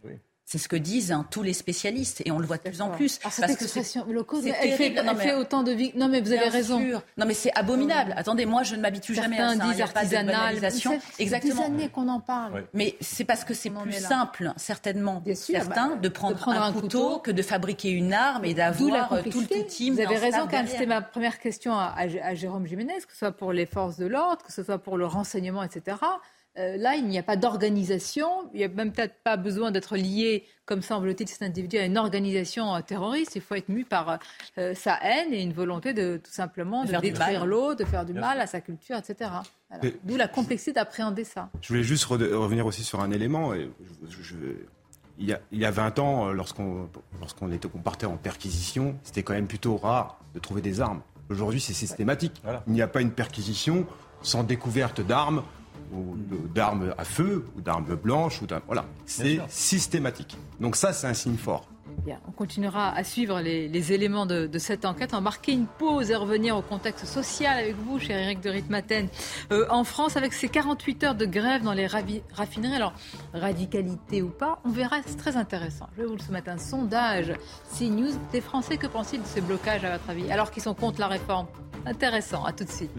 C'est ce que disent hein, tous les spécialistes et on le voit de plus en plus. Alors, cette parce expression que low cost, c'est elle, fait, terrible. Non, elle mais, fait autant de vie. Non mais vous avez raison. Sûr. Non mais c'est abominable. Euh, Attendez, moi je ne m'habitue jamais à ça. Certains disent artisanal. Exactement. Des années qu'on en parle. Oui. Mais c'est parce que c'est plus simple, certainement, Bien sûr, certains, bah, de, prendre de prendre un, un couteau, couteau que de fabriquer une arme et d'avoir tout le tout team. Vous avez raison quand c'était ma première question à, à Jérôme Jiménez, que ce soit pour les forces de l'ordre, que ce soit pour le renseignement, et cetera. Euh, là, il n'y a pas d'organisation, il n'y a même peut-être pas besoin d'être lié, comme semble-t-il, cet individu à une organisation terroriste. Il faut être mu par euh, sa haine et une volonté de tout simplement de, de détruire l'autre, de faire du Bien mal sûr. à sa culture, et cetera. Voilà. D'où la complexité d'appréhender ça. Je voulais juste re- revenir aussi sur un élément. Et je, je, il, y a, il y a vingt ans, lorsqu'on, lorsqu'on était, on partait en perquisition, c'était quand même plutôt rare de trouver des armes. Aujourd'hui, c'est systématique. Voilà. Il n'y a pas une perquisition sans découverte d'armes, ou d'armes à feu, ou d'armes blanches, ou d'armes... Voilà, c'est systématique. Donc ça, c'est un signe fort. Bien, on continuera à suivre les, les éléments de, de cette enquête. On va marquer une pause et revenir au contexte social avec vous, cher Éric de Ritmaten. Euh, en France, avec ces quarante-huit heures de grève dans les ravi- raffineries, alors radicalité ou pas, on verra, c'est très intéressant. Je vais vous le soumettre, un sondage CNews des Français. Que pensent-ils de ces blocages, à votre avis, alors qu'ils sont contre la réforme? Intéressant, à tout de suite.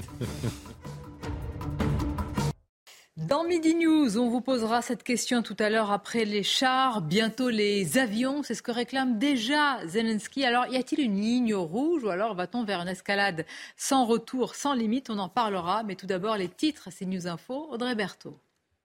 Dans Midi News, on vous posera cette question tout à l'heure après les chars, bientôt les avions. C'est ce que réclame déjà Zelensky. Alors, y a-t-il une ligne rouge ou alors va-t-on vers une escalade sans retour, sans limite? On en parlera. Mais tout d'abord, les titres, c'est News Info. Audrey Berthaud.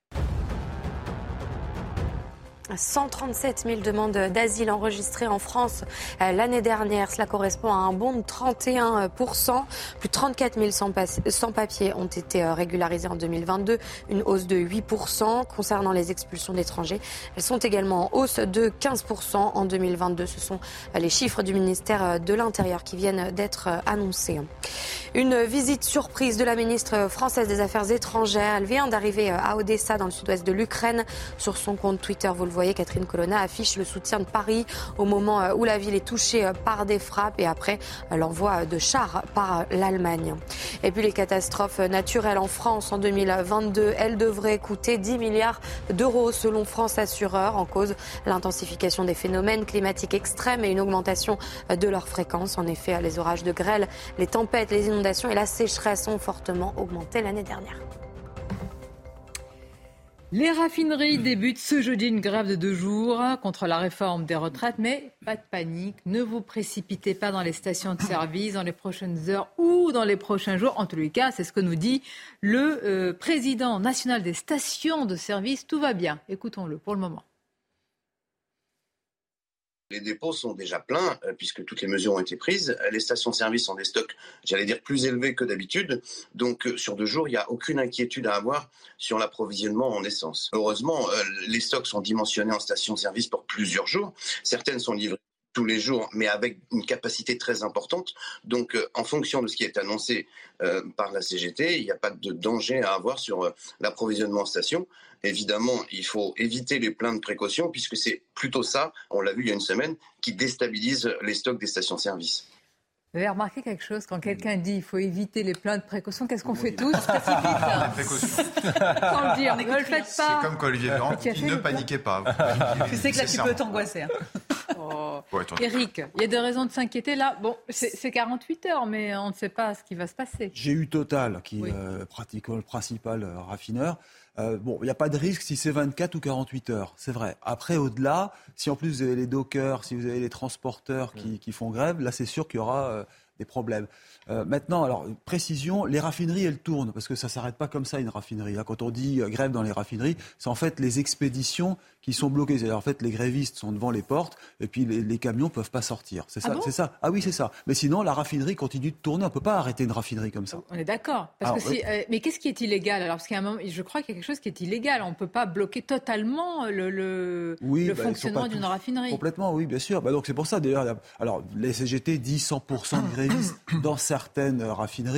cent trente-sept mille demandes d'asile enregistrées en France l'année dernière. Cela correspond à un bond de trente et un pour cent. Plus de trente-quatre mille sans-papiers ont été régularisés en deux mille vingt-deux, une hausse de huit pour cent. Concernant les expulsions d'étrangers, elles sont également en hausse de quinze pour cent en deux mille vingt-deux. Ce sont les chiffres du ministère de l'Intérieur qui viennent d'être annoncés. Une visite surprise de la ministre française des Affaires étrangères. Elle vient d'arriver à Odessa, dans le sud-ouest de l'Ukraine. Sur son compte Twitter, vous le voyez, Catherine Colonna affiche le soutien de Paris au moment où la ville est touchée par des frappes et après l'envoi de chars par l'Allemagne. Et puis les catastrophes naturelles en France en deux mille vingt-deux, elles devraient coûter dix milliards d'euros selon France Assureur. En cause, l'intensification des phénomènes climatiques extrêmes et une augmentation de leur fréquence. En effet, les orages de grêle, les tempêtes, les inondations et la sécheresse ont fortement augmenté l'année dernière. Les raffineries débutent ce jeudi une grève de deux jours contre la réforme des retraites, mais pas de panique, ne vous précipitez pas dans les stations de service dans les prochaines heures ou dans les prochains jours. En tous les cas, c'est ce que nous dit le euh, président national des stations de service. Tout va bien, écoutons-le pour le moment. Les dépôts sont déjà pleins euh, puisque toutes les mesures ont été prises. Les stations-service ont des stocks, j'allais dire, plus élevés que d'habitude. Donc euh, sur deux jours, il n'y a aucune inquiétude à avoir sur l'approvisionnement en essence. Heureusement, euh, les stocks sont dimensionnés en stations-service pour plusieurs jours. Certaines sont livrées tous les jours, mais avec une capacité très importante. Donc, euh, en fonction de ce qui est annoncé euh, par la C G T, il n'y a pas de danger à avoir sur euh, l'approvisionnement en station. Évidemment, il faut éviter les pleins de précautions, puisque c'est plutôt ça, on l'a vu il y a une semaine, qui déstabilise les stocks des stations-service. Vous avez remarqué quelque chose, quand quelqu'un dit qu'il faut éviter les pleins de précautions, qu'est-ce qu'on fait tous? Précipite. Précautions. Sans le dire, ne le faites pas. C'est comme quand Olivier Véran dit ne paniquez pas. Tu sais que là, tu peux t'angoisser. Hein. Oh. Ouais, Éric, il y a des raisons de s'inquiéter là. Bon, c'est, c'est quarante-huit heures, mais on ne sait pas ce qui va se passer. J'ai eu Total, qui oui. est euh, pratiquement le principal euh, raffineur. Euh, bon, il n'y a pas de risque si c'est vingt-quatre ou quarante-huit heures, c'est vrai. Après, au-delà, si en plus vous avez les dockers, si vous avez les transporteurs qui, qui font grève, là, c'est sûr qu'il y aura euh, des problèmes. Euh, maintenant, alors, précision, les raffineries, elles tournent, parce que ça ne s'arrête pas comme ça, une raffinerie. Là, quand on dit euh, grève dans les raffineries, c'est en fait les expéditions qui sont bloquées. C'est-à-dire, en fait, les grévistes sont devant les portes, et puis les, les camions ne peuvent pas sortir. C'est ça, ah bon c'est ça. Ah oui, c'est ça. Mais sinon, la raffinerie continue de tourner. On ne peut pas arrêter une raffinerie comme ça. On est d'accord. Parce alors, que si, euh, mais qu'est-ce qui est illégal alors? Parce qu'il y a un moment, je crois qu'il y a quelque chose qui est illégal. On ne peut pas bloquer totalement le, le, oui, le bah, fonctionnement d'une raffinerie. Complètement, oui, bien sûr. Bah, donc c'est pour ça, d'ailleurs. Alors, les C G T disent cent pour cent de grévistes dans certaines raffineries.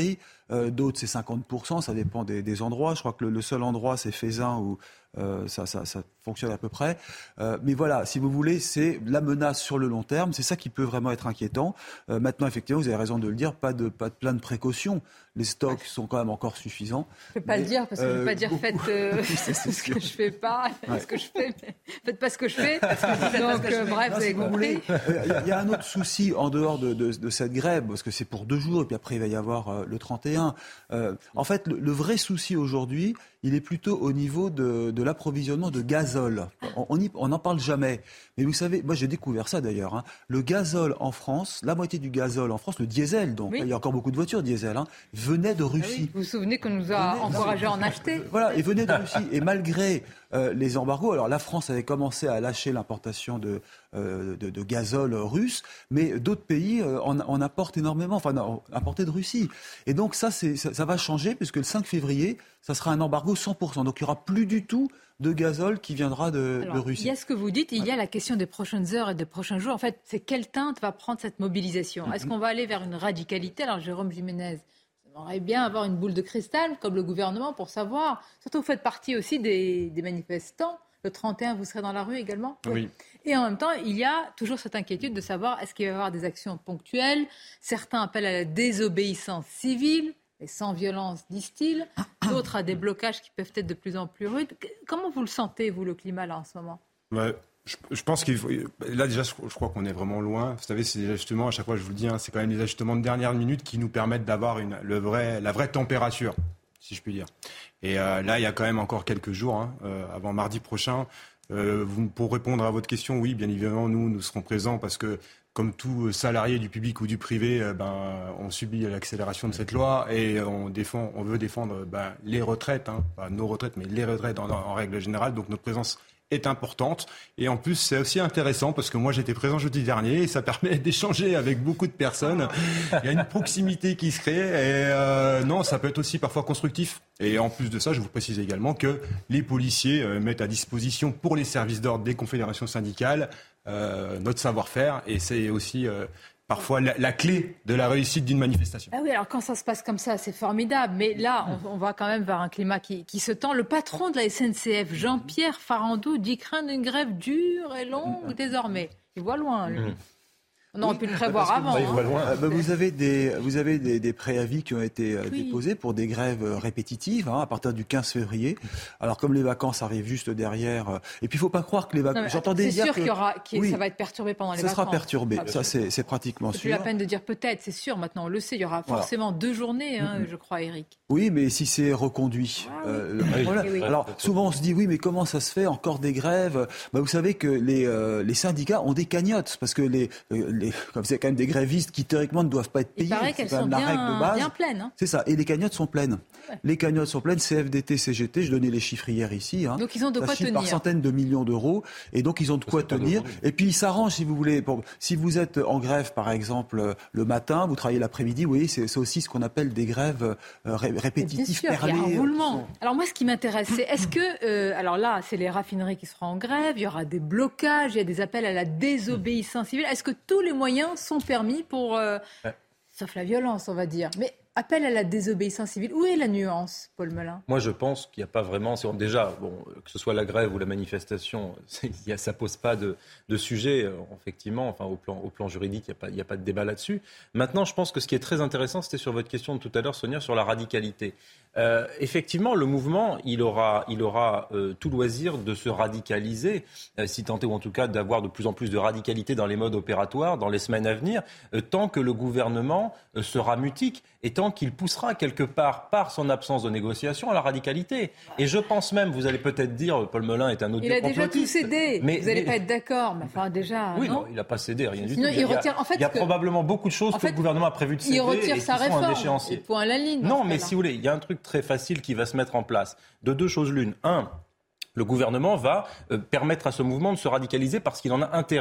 Euh, d'autres, c'est cinquante pour cent, ça dépend des, des endroits. Je crois que le, le seul endroit, c'est Fézin où euh, ça, ça, ça fonctionne à peu près. Euh, mais voilà, si vous voulez, c'est la menace sur le long terme. C'est ça qui peut vraiment être inquiétant. Euh, maintenant, effectivement, vous avez raison de le dire, pas de, pas de plein de précautions. Les stocks ouais. sont quand même encore suffisants. Je ne peux pas mais, le dire parce que euh, je ne veux pas dire faites euh, ce que je ne fais pas, ouais. ce que je fais, mais faites pas ce que je fais. Donc, euh, bref, non, vous avez compris. Il y a un autre souci en dehors de, de, de cette grève, parce que c'est pour deux jours, et puis après, il va y avoir euh, le trente et un. Euh, en fait, le, le vrai souci aujourd'hui, il est plutôt au niveau de, de l'approvisionnement de gazole. On n'en parle jamais. Mais vous savez, moi j'ai découvert ça d'ailleurs. Hein. Le gazole en France, la moitié du gazole en France, le diesel, donc oui. il y a encore beaucoup de voitures diesel, hein, venait de Russie. Ah oui, vous vous souvenez qu'on nous a venait, encouragé à en acheter. Voilà, et venait de Russie. Et malgré euh, les embargos, alors la France avait commencé à lâcher l'importation de, euh, de, de gazole russe, mais d'autres pays euh, en, en apportent énormément, enfin non, importés de Russie. Et donc ça, c'est, ça, ça va changer, puisque le cinq février, ça sera un embargo cent pour cent. Donc il n'y aura plus du tout de gazole qui viendra de, Alors, de Russie. Il y a ce que vous dites, il y a la question des prochaines heures et des prochains jours. En fait, c'est quelle teinte va prendre cette mobilisation ? Mm-hmm. Est-ce qu'on va aller vers une radicalité ? Alors Jérôme Jiménez, on aimerait bien avoir une boule de cristal, comme le gouvernement, pour savoir. Surtout, vous faites partie aussi des, des manifestants. Le trente et un, vous serez dans la rue également ? Oui. Et en même temps, il y a toujours cette inquiétude de savoir est-ce qu'il va y avoir des actions ponctuelles ? Certains appellent à la désobéissance civile. Et sans violence, disent-ils, d'autres à des blocages qui peuvent être de plus en plus rudes. Comment vous le sentez, vous, le climat, là, en ce moment ? Ouais, je, je pense qu'il faut... Là, déjà, je, je crois qu'on est vraiment loin. Vous savez, c'est des ajustements, à chaque fois, je vous le dis, hein, c'est quand même des ajustements de dernière minute qui nous permettent d'avoir une, le vrai, la vraie température, si je puis dire. Et euh, là, il y a quand même encore quelques jours, hein, euh, avant mardi prochain. Euh, vous, pour répondre à votre question, oui, bien évidemment, nous, nous serons présents parce que comme tout salarié du public ou du privé, ben, on subit l'accélération de cette loi et on, défend, on veut défendre ben, les retraites, hein, pas nos retraites, mais les retraites en, en règle générale. Donc notre présence est importante. Et en plus, c'est aussi intéressant parce que moi, j'étais présent jeudi dernier et ça permet d'échanger avec beaucoup de personnes. Il y a une proximité qui se crée et euh, non, ça peut être aussi parfois constructif. Et en plus de ça, je vous précise également que les policiers euh, mettent à disposition pour les services d'ordre des confédérations syndicales Euh, notre savoir-faire et c'est aussi euh, parfois la, la clé de la réussite d'une manifestation. Ah oui, alors quand ça se passe comme ça, c'est formidable. Mais là, on, on va quand même vers un climat qui, qui se tend. Le patron de la S N C F, Jean-Pierre Farandou, dit craindre une grève dure et longue désormais. Il voit loin, lui. Mmh. On aurait oui, pu le prévoir avant. Vous, hein. euh, bah, vous avez des, vous avez des, des préavis qui ont été euh, oui. déposés pour des grèves répétitives hein, à partir du quinze février. Alors comme les vacances arrivent juste derrière, euh, et puis il ne faut pas croire que les vacances. J'entendais dire que c'est sûr qu'il y aura, qu'il, oui, ça va être perturbé pendant les ça vacances. Ça sera perturbé. Ah, ça c'est, c'est pratiquement c'est sûr. C'est plus la peine de dire peut-être. C'est sûr. Maintenant on le sait. Il y aura forcément voilà. deux journées, hein, mm-hmm. je crois, Eric. Oui, mais si c'est reconduit. Ah, euh, oui. Voilà. Oui. Alors souvent on se dit oui, mais comment ça se fait encore des grèves ? Bah, vous savez que les, euh, les syndicats ont des cagnottes parce que les, les comme c'est quand même des grévistes qui théoriquement ne doivent pas être payés. Il paraît qu'elles sont bien, règle de base. bien pleines. Hein. C'est ça. Et les cagnottes sont pleines. Ouais. Les cagnottes sont pleines. C F D T, C G T, je donnais les chiffres hier ici. Hein. Donc ils ont de ça quoi tenir. Par centaines de millions d'euros. Et donc ils ont de quoi tenir. Et puis ils s'arrangent, si vous voulez. Pour, si vous êtes en grève, par exemple, le matin, vous travaillez l'après-midi, vous voyez, c'est, c'est aussi ce qu'on appelle des grèves euh, répétitives, sûr, perlées. Il y a un roulement. Sont... Alors moi, ce qui m'intéresse, c'est est-ce que, euh, alors là, c'est les raffineries qui seront en grève, il y aura des blocages, il y a des appels à la désobéissance civile. Est-ce que tous les moyens sont permis pour... Euh, ouais. Sauf la violence, on va dire. Mais appel à la désobéissance civile, où est la nuance, Paul Melun ? Moi, je pense qu'il n'y a pas vraiment... Déjà, bon, que ce soit la grève ou la manifestation, ça ne pose pas de, de sujet, effectivement. Enfin, au plan, au plan juridique, il n'y a, a pas de débat là-dessus. Maintenant, je pense que ce qui est très intéressant, c'était sur votre question de tout à l'heure, Sonia, sur la radicalité. Euh, effectivement, le mouvement, il aura, il aura euh, tout loisir de se radicaliser, euh, si tant est, ou en tout cas d'avoir de plus en plus de radicalité dans les modes opératoires dans les semaines à venir, euh, tant que le gouvernement euh, sera mutique et tant qu'il poussera quelque part, par son absence de négociation, à la radicalité. Et je pense même, vous allez peut-être dire, Paul Melun est un autre complotiste. Il a déjà tout cédé, mais, vous n'allez mais... pas être d'accord, mais enfin déjà, oui, non, non il n'a pas cédé, rien Sinon, du tout. Il, il y a, retire, en fait, il y a que... probablement beaucoup de choses en que fait, le gouvernement a prévu de céder il retire et sa qui réforme, sont un déchéancier. Et point à la ligne. Non, mais si vous voulez, il y a un truc très facile qui va se mettre en place. De deux choses l'une. Un, le gouvernement va euh, permettre à ce mouvement de se radicaliser parce qu'il en a intérêt.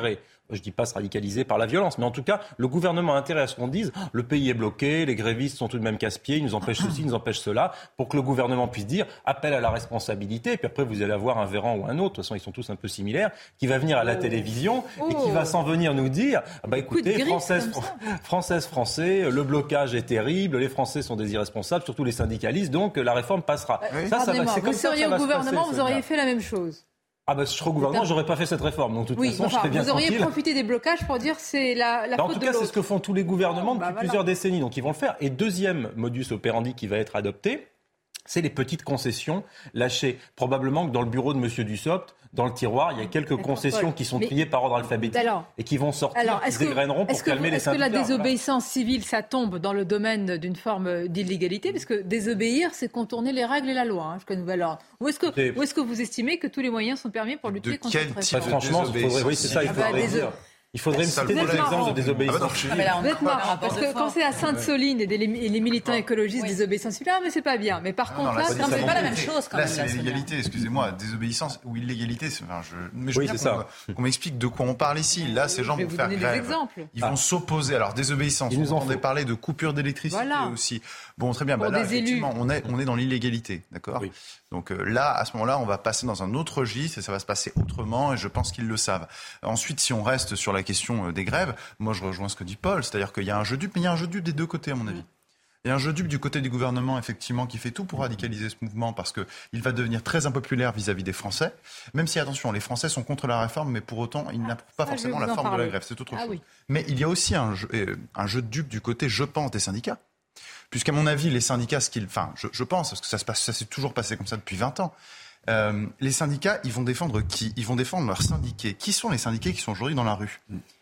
je ne dis pas se radicaliser par la violence, mais en tout cas, le gouvernement a intérêt à ce qu'on dise le pays est bloqué, les grévistes sont tout de même casse-pieds, ils nous empêchent ceci, ils nous empêchent cela, pour que le gouvernement puisse dire appel à la responsabilité. Et puis après, vous allez avoir un Véran ou un autre, de toute façon, ils sont tous un peu similaires, qui va venir à la télévision oh. et qui va s'en venir nous dire bah écoutez, Françaises, Françaises, Français, le blocage est terrible, les Français sont des irresponsables, surtout les syndicalistes, donc la réforme passera. Oui. Ça, ça va, c'est comme vous seriez au gouvernement, passer, vous auriez fait la même chose. Ah ben, bah, je serais au gouvernement, j'aurais pas fait cette réforme. Donc, de toute oui, façon, enfin, je serais bien vous auriez tranquille. profité des blocages pour dire c'est la, la bah, faute de l'autre. En tout cas, c'est ce que font tous les gouvernements depuis bah, voilà. plusieurs décennies. Donc, ils vont le faire. Et deuxième modus operandi qui va être adopté, c'est les petites concessions lâchées. Probablement que dans le bureau de M. Dussopt, dans le tiroir, il y a quelques D'accord, concessions Paul. qui sont triées mais, par ordre alphabétique alors, et qui vont sortir, alors, qui dégraineront pour calmer vous, les syndicats. Est-ce que la désobéissance civile, ça tombe dans le domaine d'une forme d'illégalité ? Parce que désobéir, c'est contourner les règles et la loi, hein, jusqu'à nouvel ordre. Ou est-ce, que, ou est-ce que vous estimez que tous les moyens sont permis pour lutter de contre cette réforme ? Franchement, il faudrait, oui, c'est ça, il faudrait ah bah, dire. Il faudrait me citer des exemples de désobéissance civile. Vous êtes marrant, parce que quand c'est à Sainte-Soline et les militants écologistes, désobéissance civile, ah mais c'est pas bien. Mais par contre, là, c'est pas la même chose quand même. Là, c'est l'illégalité, excusez-moi, désobéissance ou illégalité. Enfin, je, mais je veux bien qu'on m'explique de quoi on parle ici. Là, ces gens vont faire grève. Ils vont s'opposer. Alors, désobéissance, on entendait parler de coupure d'électricité aussi. Bon, très bien. Là, effectivement, on est dans l'illégalité, d'accord ? Donc là, à ce moment-là, on va passer dans un autre registre et ça va se passer autrement et je pense qu'ils le savent. Ensuite, si on reste sur la question des grèves, moi je rejoins ce que dit Paul, c'est-à-dire qu'il y a un jeu dupe, mais il y a un jeu dupe des deux côtés à mon avis. Il y a un jeu dupe du côté du gouvernement, effectivement, qui fait tout pour radicaliser ce mouvement parce qu'il va devenir très impopulaire vis-à-vis des Français, même si, attention, les Français sont contre la réforme, mais pour autant, ils n'approuvent pas ah, forcément la forme parler. de la grève, c'est autre ah, chose. Oui. Mais il y a aussi un jeu, euh, un jeu de dupe du côté, je pense, des syndicats. Puisqu'à mon avis, les syndicats, ce qu'ils, enfin, je, je pense, parce que ça, se passe, ça s'est toujours passé comme ça depuis vingt ans, euh, les syndicats, ils vont défendre qui ? Ils vont défendre leurs syndiqués. Qui sont les syndiqués qui sont aujourd'hui dans la rue ?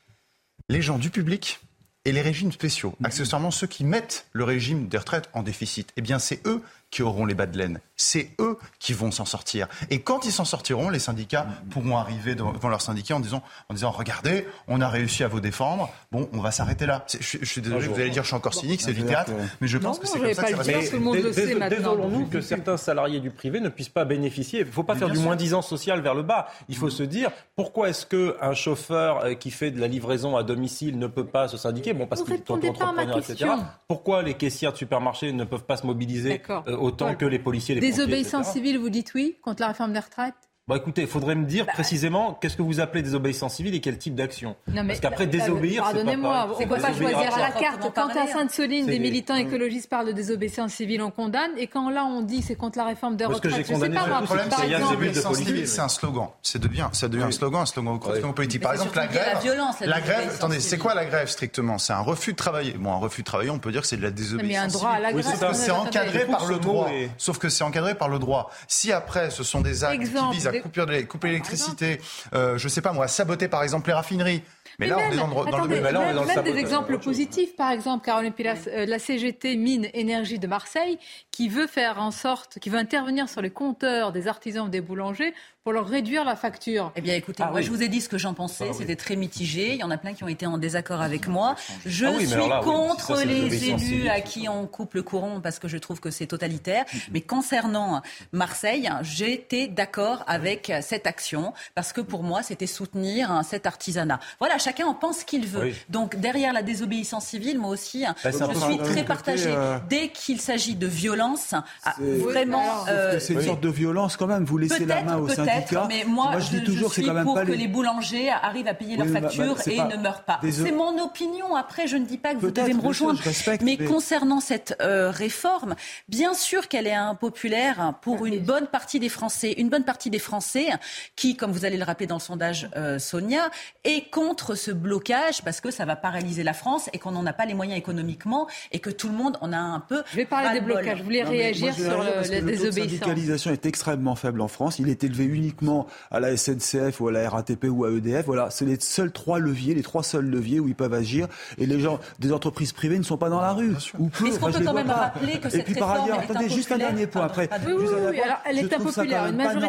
Les gens du public et les régimes spéciaux. Accessoirement, ceux qui mettent le régime des retraites en déficit. Eh bien, c'est eux qui auront les bas de laine. C'est eux qui vont s'en sortir. Et quand ils s'en sortiront, les syndicats pourront arriver devant leurs syndicats en disant, en disant, regardez, on a réussi à vous défendre. Bon, on va s'arrêter là. Je, je suis désolé, vous allez dire, je suis encore cynique, c'est du théâtre, mais je pense non, que c'est comme ça que ça va se passer. Désolons-nous que certains salariés du privé ne puissent pas bénéficier. Il ne faut pas faire du moins-disant social vers le bas. Il faut se dire, pourquoi est-ce qu'un chauffeur qui fait de la livraison à domicile ne peut pas se syndiquer ? Bon, parce qu'il est entrepreneur, et cetera. Pourquoi les caissières de supermarché ne peuvent pas se mobiliser autant ouais. que les policiers, les pompiers, désobéissance civile, vous dites oui contre la réforme des retraites ? Bah écoutez, il faudrait me dire bah, précisément qu'est-ce que vous appelez désobéissance civile et quel type d'action. Parce qu'après, désobéir, c'est pas Pardonnez-moi, on ne peut pas choisir à la carte. Quand à Sainte-Soline, des militants des... écologistes parlent de désobéissance civile, on condamne. Et quand là, on dit c'est contre la réforme des retraites, je sais pas moi. Le problème, c'est que désobéissance civile, c'est un slogan. Ça devient, ça devient un slogan, un slogan politique. Par exemple, la grève. La grève, attendez, c'est quoi la grève strictement ? C'est un refus de travailler. Bon, un refus de travailler, on peut dire que c'est de la désobéissance civile. Sauf que c'est encadré par le droit. Sauf que c'est encadré par le droit. Si après, ce sont des actes qui visent à couper l'électricité, euh, je sais pas moi, saboter par exemple les raffineries. Mais, mais là, même, on est dans le, dans attendez, le mais là, on est dans même, le même des exemples positifs, par exemple, Caroline Pilas, euh, la C G T Mines Énergie de Marseille, qui veut faire en sorte, qui veut intervenir sur les compteurs des artisans ou des boulangers pour leur réduire la facture. Eh bien, écoutez, ah, moi, oui. je vous ai dit ce que j'en pensais. Ah, C'était oui. très mitigé. Il y en a plein qui ont été en désaccord avec moi. Je ah, oui, suis là, contre oui. ça, les élus à qui on coupe le courant parce que je trouve que c'est totalitaire. Mm-hmm. Mais concernant Marseille, j'étais d'accord avec cette action parce que pour moi, c'était soutenir cet artisanat. Voilà, chacun en pense ce qu'il veut. Oui. Donc, derrière la désobéissance civile, moi aussi, bah, je suis très partagée. Euh... Dès qu'il s'agit de violence, vraiment... Euh... C'est une oui. sorte de violence quand même. Vous laissez la main au syndicat. Mais moi, moi je, je dis toujours, je suis c'est quand même pour pas que les... les boulangers arrivent à payer oui, leurs factures bah, bah, et pas... ne meurent pas. Des... C'est mon opinion. Après, je ne dis pas que vous devez me rejoindre. Respecte, mais, mais concernant cette euh, réforme, bien sûr qu'elle est impopulaire pour une bonne partie des Français. Une bonne partie des Français qui, comme vous allez le rappeler dans le sondage, euh, Sonia, est contre ce blocage parce que ça va paralyser la France et qu'on n'en a pas les moyens économiquement et que tout le monde en a un peu. Je vais parler des blocages. Je voulais non, réagir moi, sur le, la désobéissance. Le taux de syndicalisation est extrêmement faible en France. Il est élevé uniquement à la S N C F ou à la R A T P ou à E D F. Voilà, c'est les seuls trois leviers, les trois seuls leviers où ils peuvent agir. Et les gens des entreprises privées ne sont pas dans la rue. Ou peu. Est-ce qu'on peut quand même rappeler que cette réforme est impopulaire ? Juste un dernier point après. Oui, oui, oui. Alors, elle est impopulaire. Une majorité nette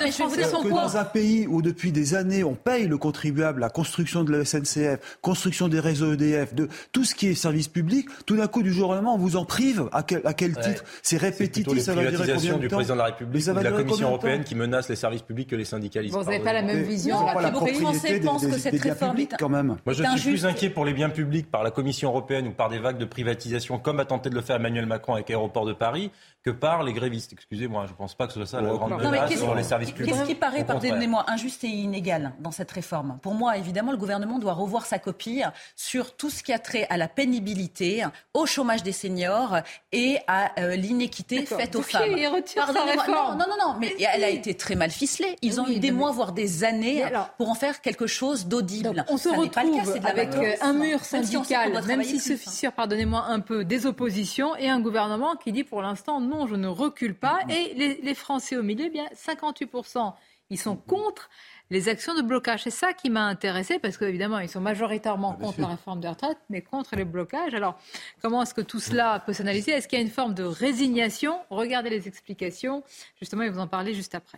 mais je vais vous dire son que point. Dans un pays où depuis des années on paye le contribuable, la construction de la S N C F, construction des réseaux E D F, de tout ce qui est service public, tout d'un coup du jour au lendemain on vous en prive. À quel, à quel titre? Ouais. C'est répétitif, c'est ça va durer combien de temps? du président de la République ou de la Commission européenne qui menace les services publics que les syndicalistes. Vous n'avez pas la même vision. Non, la beaucoup de Français pensent que cette réforme est quand même. Moi, je suis plus inquiet pour les biens publics par la Commission européenne ou par des vagues de privatisation, comme a tenté de le faire Emmanuel Macron avec Aéroport de Paris, que par les grévistes. Excusez-moi, je ne pense pas que ce soit ça la grande non, menace sur les services publics. Qu'est-ce qui paraît, pardonnez-moi, injuste et inégal dans cette réforme? Pour moi, évidemment, le gouvernement doit revoir sa copie sur tout ce qui a trait à la pénibilité, au chômage des seniors et à euh, l'inéquité D'accord. faite aux Donc, femmes. Il retire sa réforme. Non, non, non, non, mais elle a été très mal ficelée. Ils ont oui, eu des mais... mois, voire des années alors, pour en faire quelque chose d'audible. Donc, on se ça retrouve cas, de avec un mur syndical, même, si même s'il se fissure, pardonnez-moi un peu, des oppositions et un gouvernement qui dit pour l'instant non, je ne recule pas. Et les, les Français au milieu, eh bien cinquante-huit pour cent, ils sont contre les actions de blocage. C'est ça qui m'a intéressée parce qu'évidemment, ils sont majoritairement ah, contre sûr. la réforme des retraites, mais contre les blocages. Alors, comment est-ce que tout cela peut s'analyser? Est-ce qu'il y a une forme de résignation? Regardez les explications. Justement, ils vont en parler juste après.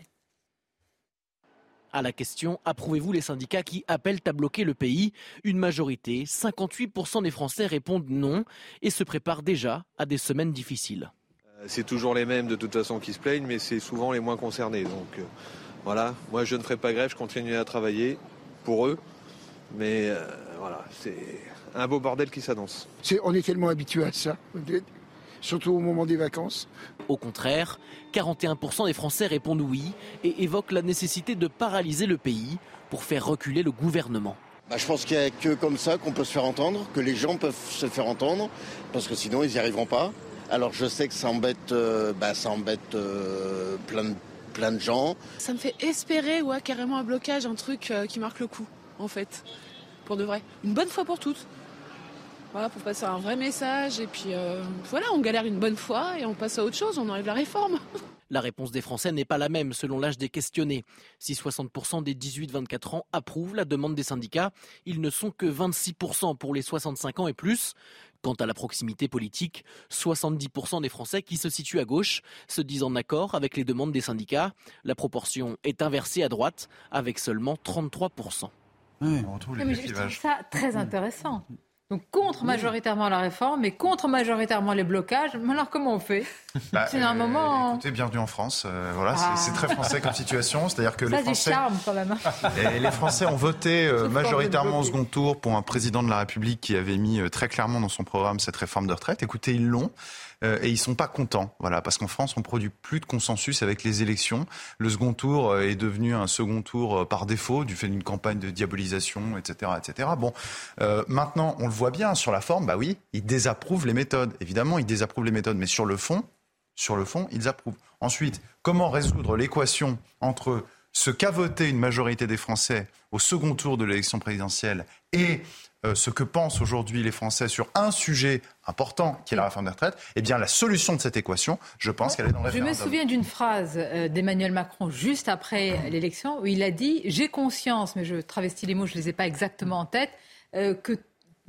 À la question « Approuvez-vous les syndicats qui appellent à bloquer le pays ?» Une majorité, cinquante-huit pour cent des Français répondent non et se préparent déjà à des semaines difficiles. C'est toujours les mêmes de toute façon qui se plaignent, mais c'est souvent les moins concernés. Donc euh, voilà, moi je ne ferai pas grève, je continuerai à travailler pour eux. Mais euh, voilà, c'est un beau bordel qui s'annonce. C'est, on est tellement habitué à ça, surtout au moment des vacances. Au contraire, quarante et un pour cent des Français répondent oui et évoquent la nécessité de paralyser le pays pour faire reculer le gouvernement. Bah, je pense qu'il n'y a que comme ça qu'on peut se faire entendre, que les gens peuvent se faire entendre, parce que sinon ils n'y arriveront pas. Alors je sais que ça embête, euh, bah, ça embête euh, plein, de, plein de gens. Ça me fait espérer ouais, carrément un blocage, un truc euh, qui marque le coup, en fait, pour de vrai. Une bonne fois pour toutes. Voilà, pour passer un vrai message, et puis euh, voilà, on galère une bonne fois et on passe à autre chose, on enlève la réforme. La réponse des Français n'est pas la même selon l'âge des questionnés. Si soixante pour cent des dix-huit vingt-quatre ans approuvent la demande des syndicats, ils ne sont que vingt-six pour cent pour les soixante-cinq ans et plus. Quant à la proximité politique, soixante-dix pour cent des Français qui se situent à gauche se disent en accord avec les demandes des syndicats. La proportion est inversée à droite avec seulement trente-trois pour cent. Oui, on retrouve les mais je trouve ça très intéressant. Donc contre majoritairement la réforme, mais contre majoritairement les blocages. Mais alors comment on fait? bah, C'est un euh, moment. Écoutez, bienvenue en France. Euh, voilà, ah. c'est, c'est très français comme situation. C'est-à-dire que ça, les Français, du charme quand même. les, les Français ont voté euh, majoritairement au second tour pour un président de la République qui avait mis euh, très clairement dans son programme cette réforme de retraite. Écoutez, ils l'ont. Euh, et ils sont pas contents, voilà, parce qu'en France, on produit plus de consensus avec les élections. Le second tour euh, est devenu un second tour euh, par défaut, du fait d'une campagne de diabolisation, et cetera, et cetera. Bon, euh, maintenant, on le voit bien sur la forme. Bah oui, ils désapprouvent les méthodes. Évidemment, ils désapprouvent les méthodes, mais sur le fond, sur le fond, ils approuvent. Ensuite, comment résoudre l'équation entre ce qu'a voté une majorité des Français au second tour de l'élection présidentielle et euh, ce que pensent aujourd'hui les Français sur un sujet important, qui est la réforme des retraites, eh bien la solution de cette équation, je pense qu'elle est dans le référendum. Je me souviens d'une phrase d'Emmanuel Macron juste après l'élection où il a dit « J'ai conscience, mais je travestis les mots, je ne les ai pas exactement en tête, euh, que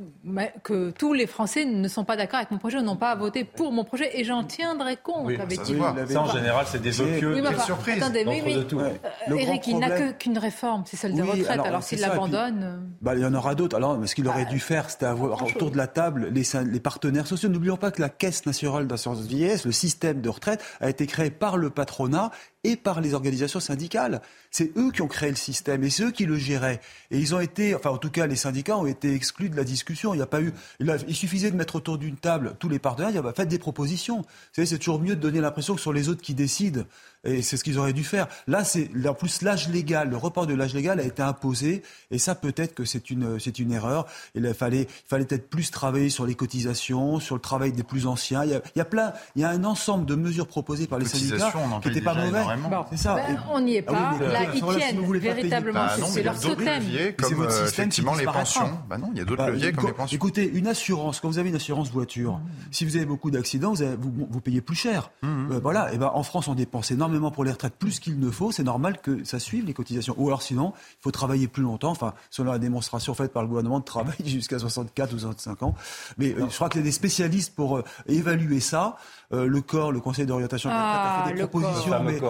que tous les Français ne sont pas d'accord avec mon projet ou n'ont pas voté pour mon projet et j'en tiendrai compte. Oui, avec ça, oui, ça, en général, c'est des opieux. Oui, Quelle surprise. Attendez, oui, mais, ouais. euh, Eric, il n'a que, qu'une réforme, c'est celle des oui, retraites. Alors, alors s'il l'abandonne... Puis, bah, il y en aura d'autres. Alors, ce qu'il aurait dû faire, c'était avoir autour de la table les, les partenaires sociaux. N'oublions pas que la Caisse nationale d'assurance vieillesse, le système de retraite, a été créé par le patronat et par les organisations syndicales. C'est eux qui ont créé le système et c'est eux qui le géraient. Et ils ont été, enfin en tout cas les syndicats ont été exclus de la discussion. Il n'y a pas eu, il, a, il suffisait de mettre autour d'une table tous les partenaires, il y a, bah, faites des propositions. Vous savez, c'est toujours mieux de donner l'impression que ce sont les autres qui décident. Et c'est ce qu'ils auraient dû faire. Là, c'est, en plus, l'âge légal, le report de l'âge légal a été imposé. Et ça, peut-être que c'est une, c'est une erreur. Il fallait, il fallait peut-être plus travailler sur les cotisations, sur le travail des plus anciens. Il y a, il y a plein, il y a un ensemble de mesures proposées par les syndicats qui n'étaient pas mauvais. Bon, c'est ça. Ben, on n'y est pas. Ah oui, là, ils tiennent si véritablement. Bah, non, c'est leur totem. Comme votre euh, système effectivement les pensions. Bah non, il y a d'autres bah, leviers comme les pensions. Écoutez, une assurance, quand vous avez une assurance voiture, mmh. si vous avez beaucoup d'accidents, vous, avez, vous, vous payez plus cher. Mmh. Euh, voilà. Et ben, en France, on dépense énormément pour les retraites, plus qu'il ne faut. C'est normal que ça suive les cotisations. Ou alors sinon, il faut travailler plus longtemps. Enfin, selon la démonstration faite par le gouvernement de travailler jusqu'à soixante-quatre ou soixante-cinq ans. Mais euh, je crois qu'il y a des spécialistes pour euh, évaluer ça. Euh, le corps, le Conseil d'orientation des retraites a fait des propositions, mais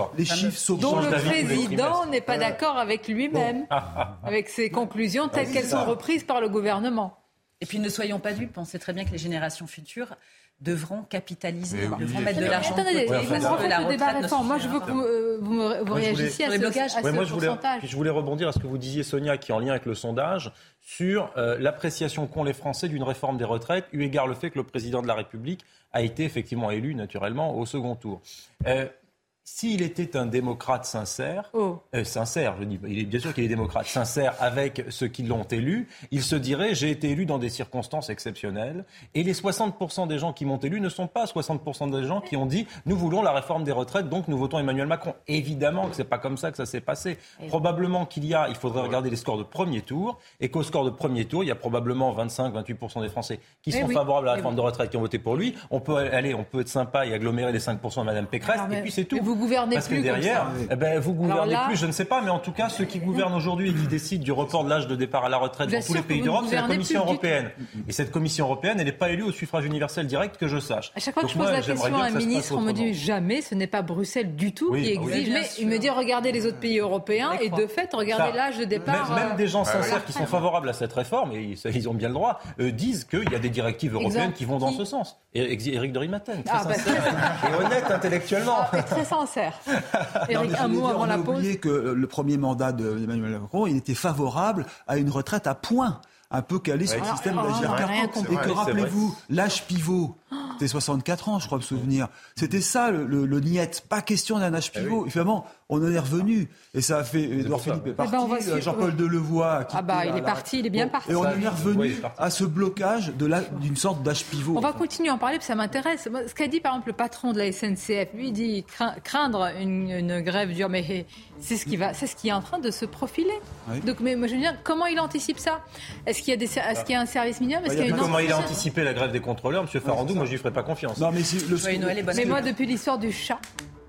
d'accord. Les chiffres sont dont le d'avis tous les président trimestres. n'est pas d'accord avec lui-même, avec ses conclusions telles qu'elles sont reprises par le gouvernement. Et puis ne soyons pas dupes, on sait très bien que les générations futures devront capitaliser, oui. devront mettre de l'argent de Attendez, côté. je vous refais le débat réforme. Moi, je veux que vous, euh, vous, me- vous réagissiez à ce, à ce Ouais, moi, je voulais, pourcentage. je voulais rebondir à ce que vous disiez, Sonia, qui est en lien avec le sondage, sur euh, l'appréciation qu'ont les Français d'une réforme des retraites, eu égard le fait que le président de la République a été effectivement élu, naturellement, au second tour. Euh, S'il était un démocrate sincère, oh. euh, sincère, je dis, il est bien sûr qu'il est démocrate, sincère avec ceux qui l'ont élu, il se dirait j'ai été élu dans des circonstances exceptionnelles. Et les soixante pour cent des gens qui m'ont élu ne sont pas soixante pour cent des gens qui ont dit nous voulons la réforme des retraites, donc nous votons Emmanuel Macron. Évidemment que c'est pas comme ça que ça s'est passé. Probablement qu'il y a, il faudrait regarder les scores de premier tour, et qu'au score de premier tour, il y a probablement vingt-cinq à vingt-huit pour cent des Français qui sont oui. favorables à la Eh réforme oui. de retraite, qui ont voté pour lui. On peut aller, on peut être sympa et agglomérer les cinq pour cent de Mme Pécresse, Alors, mais- et puis c'est tout. mais vous gouvernez Parce plus que derrière, comme ça. eh ben, vous gouvernez Alors là- plus, je ne sais pas, mais en tout cas, ceux qui gouvernent aujourd'hui et qui décident du report de l'âge de départ à la retraite dans tous les J'assure pays que vous d'Europe, ne c'est la gouvernez Commission plus du européenne. Et cette Commission européenne, elle n'est pas élue au suffrage universel direct, que je sache. À chaque fois que Donc je pose moi, la j'aimerais question bien à un que ça se ministre, passe on me dit autrement. jamais, ce n'est pas Bruxelles du tout Oui, qui oui, exige, bien mais sûr. il me dit regardez les autres pays européens et de fait, regardez Ça, l'âge de départ. Même, même euh, des gens à la sincères qui sont retraite. favorables à cette réforme, et ils, ils ont bien le droit, euh, disent qu'il y a des directives européennes Exemple, qui vont dans qui ce sens. Et Éric de Rimaten, très Ah, bah, sincère très- et honnête intellectuellement. Ah, mais très sincère. Non, Eric, mais un je voulais mot dire, avant on la a pause. oublié que le premier mandat d'Emmanuel Macron, il était favorable à une retraite à points, un peu calé sur le Alors, système alors, de on n'a rien l'Agirc-Carpan. compris. Et que C'est vrai. rappelez-vous, l'âge pivot, c'était soixante-quatre ans, je crois me souvenir. C'était ça le, le, le niet. Pas question d'un âge pivot. Et finalement, on en est revenu. Et ça a fait. Edouard pour ça. Philippe est Eh ben, parti, on va suivre. Jean-Paul Delevoye a quitté Ah bah, il la- est la- parti, il est bien parti. Et on Ça, en est oui, revenu il est parti. à ce blocage de la- d'une sorte d'âge pivot. On va en fait. continuer à en parler, parce que ça m'intéresse. Moi, ce qu'a dit par exemple le patron de la S N C F, lui, il dit crain- craindre une, une grève dure, mais c'est ce qui va, c'est ce qui est en train de se profiler. Oui. Donc, mais moi je veux dire, comment il anticipe ça? Est-ce qu'il y a des, est-ce qu'il y a un service minimum? Est-ce Bah, qu'il y a une Comment il a entreprise anticipé la grève des contrôleurs, M. Farandou, moi je lui ferai pas confiance. Non, mais c'est le Joyeux Noël et bonne Mais année. moi, depuis l'histoire du chat,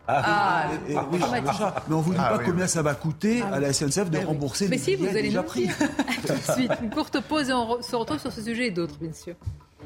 Ah, et- et- oui, traumatisant. déjà. Mais on vous dit Ah, pas oui, combien oui. ça va coûter Ah, à la S N C F de Mais oui. rembourser Mais les si, vous billets allez déjà nous pris. dire. Tout de suite, une courte pause et on re- se retrouve sur ce sujet et d'autres, bien sûr.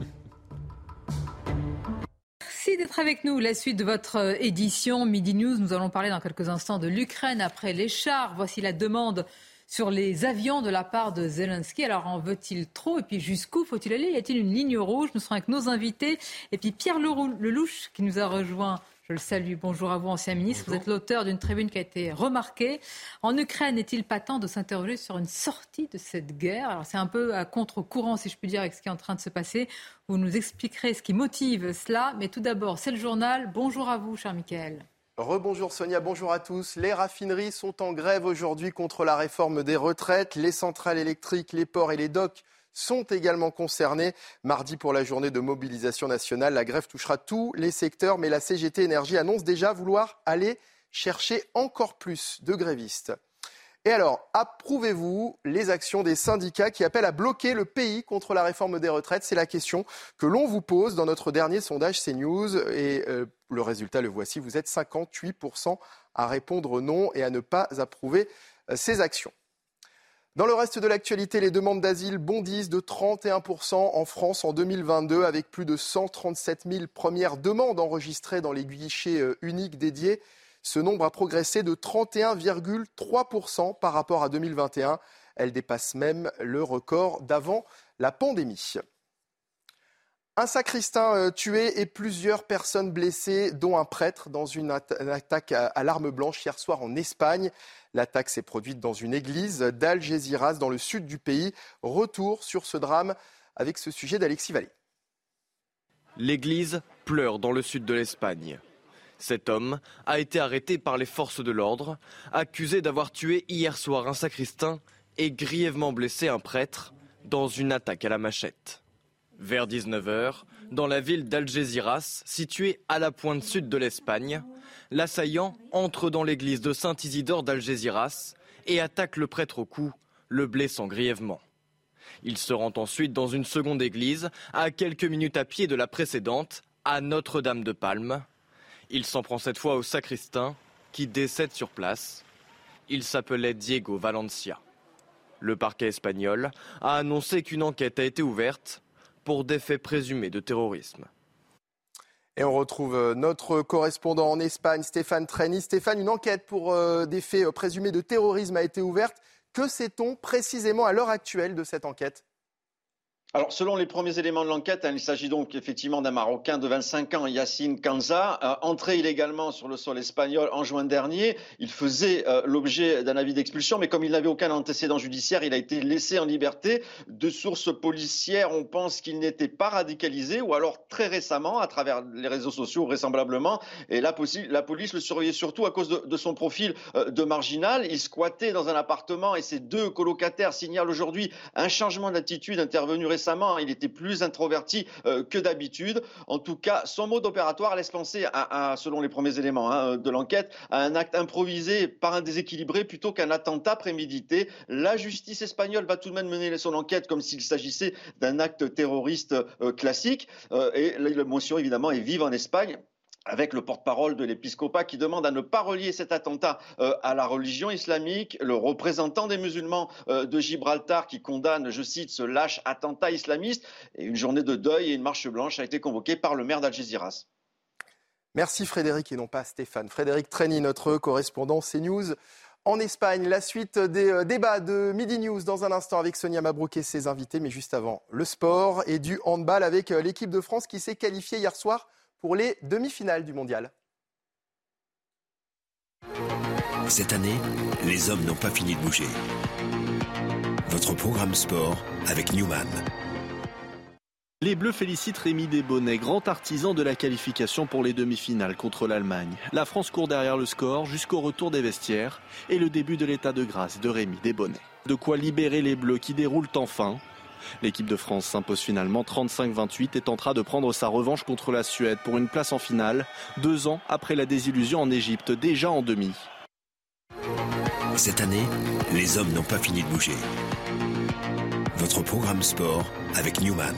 Merci d'être avec nous. La suite de votre euh, édition Midi News. Nous allons parler dans quelques instants de l'Ukraine après les chars. Voici la demande sur les avions de la part de Zelensky. Alors, en veut-il trop? Et puis, jusqu'où faut-il aller? Y a-t-il une ligne rouge? Nous serons avec nos invités. Et puis, Pierre Leroux- Lelouch qui nous a rejoint. Je le salue. Bonjour à vous, ancien ministre. Bonjour. Vous êtes l'auteur d'une tribune qui a été remarquée. En Ukraine, est-il pas temps de s'interroger sur une sortie de cette guerre? Alors, c'est un peu à contre-courant, si je puis dire, avec ce qui est en train de se passer. Vous nous expliquerez ce qui motive cela. Mais tout d'abord, c'est le journal. Bonjour à vous, cher Mickaël. Rebonjour Sonia, bonjour à tous. Les raffineries sont en grève aujourd'hui contre la réforme des retraites. Les centrales électriques, les ports et les docks sont également concernés. Mardi, pour la journée de mobilisation nationale, la grève touchera tous les secteurs, mais la C G T Énergie annonce déjà vouloir aller chercher encore plus de grévistes. Et alors, approuvez-vous les actions des syndicats qui appellent à bloquer le pays contre la réforme des retraites? C'est la question que l'on vous pose dans notre dernier sondage CNews. Et euh, le résultat, le voici, vous êtes cinquante-huit pour cent à répondre non et à ne pas approuver euh, ces actions. Dans le reste de l'actualité, les demandes d'asile bondissent de trente et un pour cent en France en deux mille vingt-deux, avec plus de cent trente-sept mille premières demandes enregistrées dans les guichets euh, uniques dédiés. Ce nombre a progressé de trente et un virgule trois pour cent par rapport à deux mille vingt et un. Elle dépasse même le record d'avant la pandémie. Un sacristain euh, tué et plusieurs personnes blessées, dont un prêtre, dans une, at- une attaque à, à l'arme blanche hier soir en Espagne. L'attaque s'est produite dans une église d'Algeciras, dans le sud du pays. Retour sur ce drame avec ce sujet d'Alexis Vallée. L'église pleure dans le sud de l'Espagne. Cet homme a été arrêté par les forces de l'ordre, accusé d'avoir tué hier soir un sacristain et grièvement blessé un prêtre dans une attaque à la machette. Vers dix-neuf heures, dans la ville d'Algeciras, située à la pointe sud de l'Espagne, l'assaillant entre dans l'église de Saint-Isidore d'Algeciras et attaque le prêtre au cou, le blessant grièvement. Il se rend ensuite dans une seconde église, à quelques minutes à pied de la précédente, à Notre-Dame-de-Palme. Il s'en prend cette fois au sacristain, qui décède sur place. Il s'appelait Diego Valencia. Le parquet espagnol a annoncé qu'une enquête a été ouverte pour des faits présumés de terrorisme. Et on retrouve notre correspondant en Espagne, Stéphane Treni. Stéphane, une enquête pour euh, des faits présumés de terrorisme a été ouverte. Que sait-on précisément à l'heure actuelle de cette enquête ? Alors, selon les premiers éléments de l'enquête, hein, il s'agit donc effectivement d'un Marocain de vingt-cinq ans, Yacine Kanza, euh, entré illégalement sur le sol espagnol en juin dernier. Il faisait euh, l'objet d'un avis d'expulsion, mais comme il n'avait aucun antécédent judiciaire, il a été laissé en liberté. De sources policières, on pense qu'il n'était pas radicalisé, ou alors très récemment, à travers les réseaux sociaux, vraisemblablement. Et la, la police le surveillait surtout à cause de, de son profil euh, de marginal. Il squattait dans un appartement et ses deux colocataires signalent aujourd'hui un changement d'attitude intervenu récemment. Récemment, il était plus introverti euh, que d'habitude. En tout cas, son mode opératoire laisse penser, à, à, selon les premiers éléments hein, de l'enquête, à un acte improvisé par un déséquilibré plutôt qu'un attentat prémédité. La justice espagnole va tout de même mener son enquête comme s'il s'agissait d'un acte terroriste euh, classique. Euh, et l'émotion, évidemment, est vive en Espagne, avec le porte-parole de l'épiscopat qui demande à ne pas relier cet attentat euh, à la religion islamique, le représentant des musulmans euh, de Gibraltar qui condamne, je cite, ce lâche attentat islamiste. Et une journée de deuil et une marche blanche a été convoquée par le maire d'Algeciras. Merci Frédéric et non pas Stéphane. Frédéric Treni, notre correspondant CNews en Espagne. La suite des euh, débats de Midi News dans un instant avec Sonia Mabrouk et ses invités. Mais juste avant, le sport et du handball avec euh, l'équipe de France qui s'est qualifiée hier soir pour les demi-finales du mondial. Cette année, les hommes n'ont pas fini de bouger. Votre programme sport avec Newman. Les Bleus félicitent Rémi Desbonnets, grand artisan de la qualification pour les demi-finales contre l'Allemagne. La France court derrière le score jusqu'au retour des vestiaires et le début de l'état de grâce de Rémi Desbonnets. De quoi libérer les Bleus qui déroulent enfin. L'équipe de France s'impose finalement trente-cinq à vingt-huit et tentera de prendre sa revanche contre la Suède pour une place en finale, deux ans après la désillusion en Égypte, déjà en demi. Cette année, les hommes n'ont pas fini de bouger. Votre programme sport avec Newman.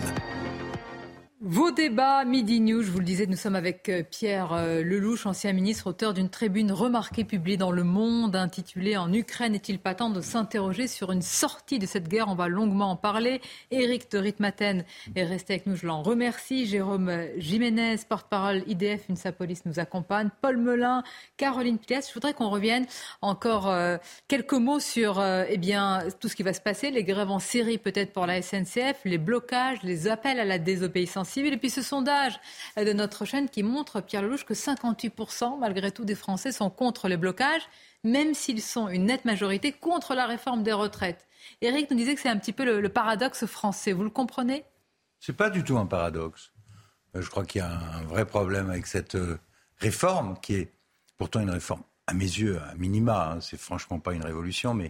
Vos débats, Midi News, je vous le disais, nous sommes avec Pierre Lelouch, ancien ministre, auteur d'une tribune remarquée publiée dans Le Monde, intitulée « En Ukraine, est-il pas temps de s'interroger sur une sortie de cette guerre ?» On va longuement en parler. Éric de Ritmaten est resté avec nous, je l'en remercie. Jérôme Jiménez, porte-parole I D F, UNSA-Police, nous accompagne. Paul Melun, Caroline Pièce. Je voudrais qu'on revienne encore euh, quelques mots sur euh, eh bien, tout ce qui va se passer, les grèves en série peut-être pour la S N C F, les blocages, les appels à la désobéissance civile. Et puis ce sondage de notre chaîne qui montre, Pierre Lelouch, que cinquante-huit pour cent malgré tout des Français sont contre les blocages, même s'ils sont une nette majorité contre la réforme des retraites. Éric nous disait que c'est un petit peu le, le paradoxe français. Vous le comprenez ? C'est pas du tout un paradoxe. Je crois qu'il y a un vrai problème avec cette réforme qui est pourtant une réforme, à mes yeux, à minima. Hein, c'est franchement pas une révolution, mais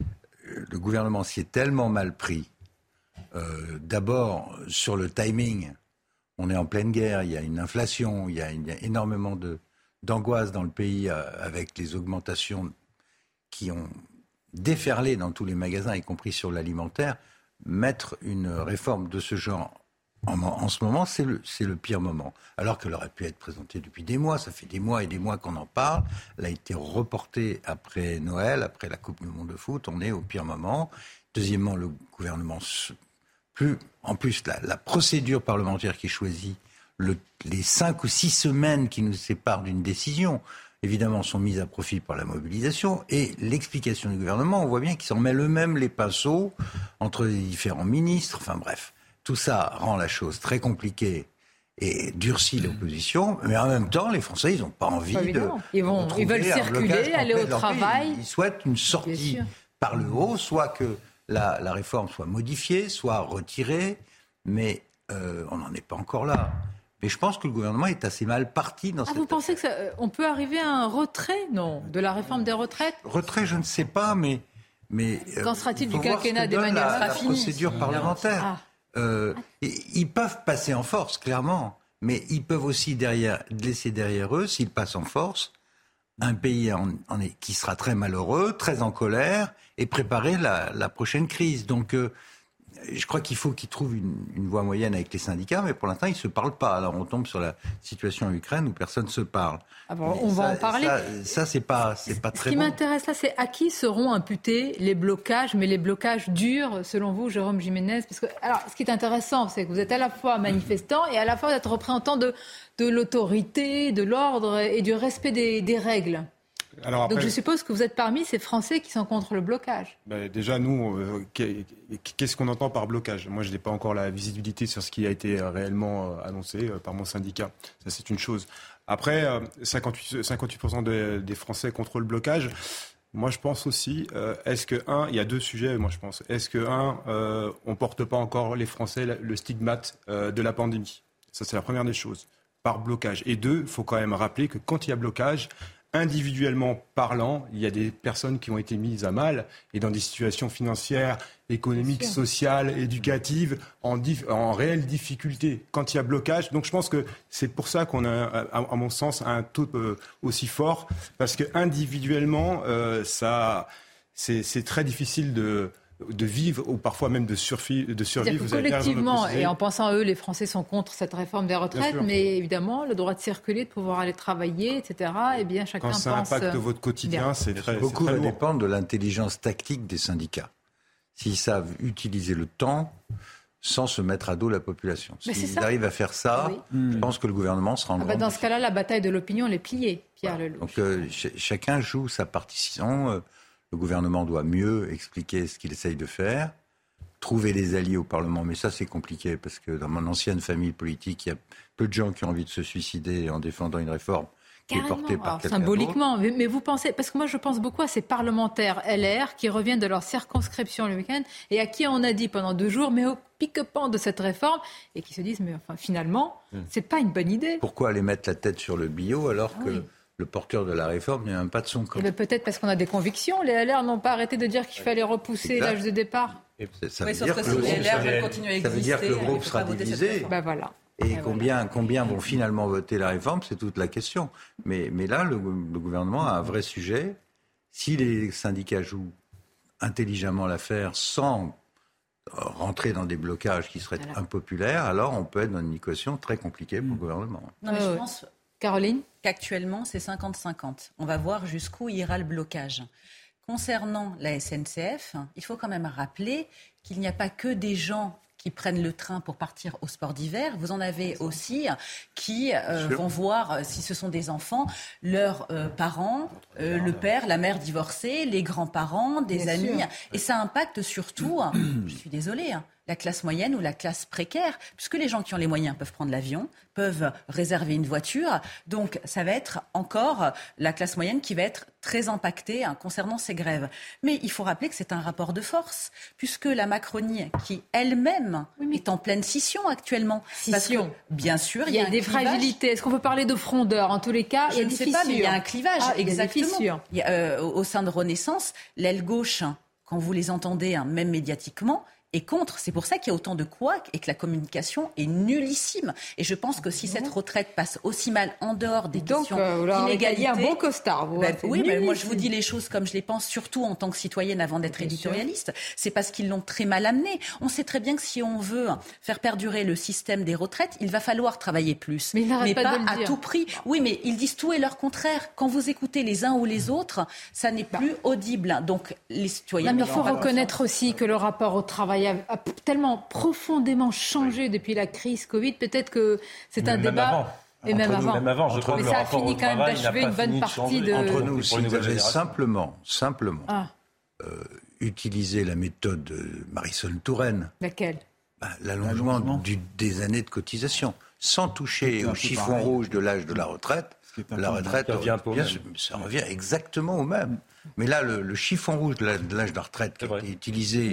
le gouvernement s'y est tellement mal pris. Euh, d'abord, sur le timing. On est en pleine guerre, il y a une inflation, il y a, il y a énormément de, d'angoisse dans le pays euh, avec les augmentations qui ont déferlé dans tous les magasins, y compris sur l'alimentaire. Mettre une réforme de ce genre en, en ce moment, c'est le, c'est le pire moment. Alors qu'elle aurait pu être présentée depuis des mois, ça fait des mois et des mois qu'on en parle. Elle a été reportée après Noël, après la Coupe du Monde de foot, on est au pire moment. Deuxièmement, le gouvernement... Se, Plus, en plus, la, la procédure parlementaire qui choisit le, les cinq ou six semaines qui nous séparent d'une décision, évidemment, sont mises à profit par la mobilisation. Et l'explication du gouvernement, on voit bien qu'ils s'en mêlent eux-mêmes les pinceaux entre les différents ministres. Enfin bref, tout ça rend la chose très compliquée et durcit l'opposition. Mais en même temps, les Français, ils n'ont pas envie pas de... Ils, vont, ils veulent circuler, aller au travail. Ils, ils souhaitent une sortie par le haut, soit que... La, la réforme soit modifiée, soit retirée, mais euh, on n'en est pas encore là. Mais je pense que le gouvernement est assez mal parti dans ah, cette vous pensez qu'on euh, peut arriver à un retrait, non, de la réforme des retraites ? Retrait, je ne sais pas, mais... mais Qu'en sera-t-il du quinquennat d'Emmanuel Raffarini ? La procédure parlementaire. Ah. Euh, ils peuvent passer en force, clairement, mais ils peuvent aussi derrière, laisser derrière eux, s'ils passent en force, un pays en, en, qui sera très malheureux, très en colère, et préparer la, la prochaine crise. Donc, euh, je crois qu'il faut qu'ils trouvent une, une voie moyenne avec les syndicats, mais pour l'instant, ils ne se parlent pas. Alors on tombe sur la situation en Ukraine où personne ne se parle. Ah bon, on va ça, en parler. Ça, ça c'est pas, c'est pas très Ce qui bon. m'intéresse là, c'est à qui seront imputés les blocages, mais les blocages durs, selon vous, Jérôme Jiménez. Parce que, alors, ce qui est intéressant, c'est que vous êtes à la fois manifestant et à la fois vous êtes représentant de, de l'autorité, de l'ordre et du respect des, des règles. Alors après, donc je suppose que vous êtes parmi ces Français qui sont contre le blocage. Ben déjà, nous, euh, qu'est-ce qu'on entend par blocage ? Moi, je n'ai pas encore la visibilité sur ce qui a été réellement annoncé par mon syndicat. Ça, c'est une chose. Après, cinquante-huit, cinquante-huit pour cent des, des Français contre le blocage. Moi, je pense aussi, euh, est-ce que, un, il y a deux sujets, moi, je pense. Est-ce que, un, euh, on ne porte pas encore, les Français, le stigmate euh, de la pandémie ? Ça, c'est la première des choses, par blocage. Et deux, il faut quand même rappeler que quand il y a blocage, individuellement parlant, il y a des personnes qui ont été mises à mal et dans des situations financières, économiques, sociales, éducatives, en, dif- en réelle difficulté quand il y a blocage. Donc je pense que c'est pour ça qu'on a, à, à mon sens, un taux euh, aussi fort, parce que individuellement, euh, ça, c'est, c'est très difficile de... de vivre ou parfois même de, surfi- de survivre. Vous avez collectivement, et en pensant à eux, les Français sont contre cette réforme des retraites, mais évidemment, le droit de circuler, de pouvoir aller travailler, et cetera, eh bien, chacun pense... Quand ça impacte votre quotidien, bien. c'est très Beaucoup c'est très va lourd. dépendre de l'intelligence tactique des syndicats. S'ils savent utiliser le temps sans se mettre à dos la population. Mais S'ils arrivent à faire ça, oui. je pense que le gouvernement sera en ah bah grande Dans ce cas-là, la bataille de l'opinion, elle est pliée, Pierre voilà. Lelouch. Donc euh, ch- chacun joue sa partition. Euh, le gouvernement doit mieux expliquer ce qu'il essaye de faire. Trouver des alliés au Parlement, mais ça c'est compliqué parce que dans mon ancienne famille politique, il y a peu de gens qui ont envie de se suicider en défendant une réforme qui Carrément. est portée par Alors, quelqu'un symboliquement, d'autre. mais vous pensez, parce que moi je pense beaucoup à ces parlementaires L R qui reviennent de leur circonscription le week-end et à qui on a dit pendant deux jours, mais au pique-pan de cette réforme, et qui se disent, mais enfin finalement, hum. c'est pas une bonne idée. Pourquoi aller mettre la tête sur le billot alors ah, que oui. le porteur de la réforme n'est même pas de son camp? Peut-être parce qu'on a des convictions. Les L R n'ont pas arrêté de dire qu'il fallait repousser exact. l'âge de départ. Ça veut, oui, dire, que que si L R veut continuer à exister, ça veut dire que le groupe sera divisé. Ben voilà. Et, et combien, voilà. combien vont finalement voter la réforme, c'est toute la question. Mais, mais là, le, le gouvernement a un vrai sujet. Si les syndicats jouent intelligemment l'affaire sans rentrer dans des blocages qui seraient voilà. impopulaires, alors on peut être dans une équation très compliquée pour le gouvernement. Non, mais je pense, Caroline, qu'actuellement, c'est cinquante cinquante. On va voir jusqu'où ira le blocage. Concernant la S N C F, il faut quand même rappeler qu'il n'y a pas que des gens qui prennent le train pour partir au sport d'hiver. Vous en avez aussi qui euh, vont voir, si ce sont des enfants, leurs euh, parents, euh, le père, la mère divorcée, les grands-parents, des Bien amis. Sûr. Et ça impacte surtout, je suis désolée, hein, la classe moyenne ou la classe précaire, puisque les gens qui ont les moyens peuvent prendre l'avion, peuvent réserver une voiture. Donc, ça va être encore la classe moyenne qui va être très impactée hein, concernant ces grèves. Mais il faut rappeler que c'est un rapport de force, puisque la Macronie, qui elle-même oui, mais... est en pleine scission actuellement. Scission. Parce que, bien sûr, il y, il y a, a des clivage. fragilités. Est-ce qu'on peut parler de frondeur? En tous les cas, Je il y a ne des sais fissures. pas, mais il y a un clivage, ah, exactement. Il y a des il y a, euh, au sein de Renaissance, l'aile gauche, quand vous les entendez, hein, même médiatiquement, et contre. C'est pour ça qu'il y a autant de couacs et que la communication est nullissime. Et je pense que si cette retraite passe aussi mal en dehors des Donc, questions euh, d'inégalité... un bon costard. Vous ben, oui, mais moi je vous dis les choses comme je les pense, surtout en tant que citoyenne avant d'être bien éditorialiste. Sûr. C'est parce qu'ils l'ont très mal amené. On sait très bien que si on veut faire perdurer le système des retraites, il va falloir travailler plus. Mais, mais pas, pas de à tout prix. Oui, mais ils disent tout et leur contraire. Quand vous écoutez les uns ou les autres, ça n'est plus audible. Donc les citoyens... Non, mais il faut reconnaître aussi que le rapport au travail a, a tellement profondément changé oui. depuis la crise Covid. Peut-être que c'est mais un même débat... Avant. Et même avant. même avant, je crois mais que ça le a fini quand même d'achever une bonne partie de... Entre nous, si vous avez simplement, simplement ah. euh, utilisé la méthode de Marisol Touraine... Laquelle bah, L'allongement du, des années de cotisation, sans toucher au chiffon pareil. rouge de l'âge de la retraite. La retraite, revient bien, ça revient exactement au même. Mais là, le, le chiffon rouge de l'âge de la retraite qui a été utilisé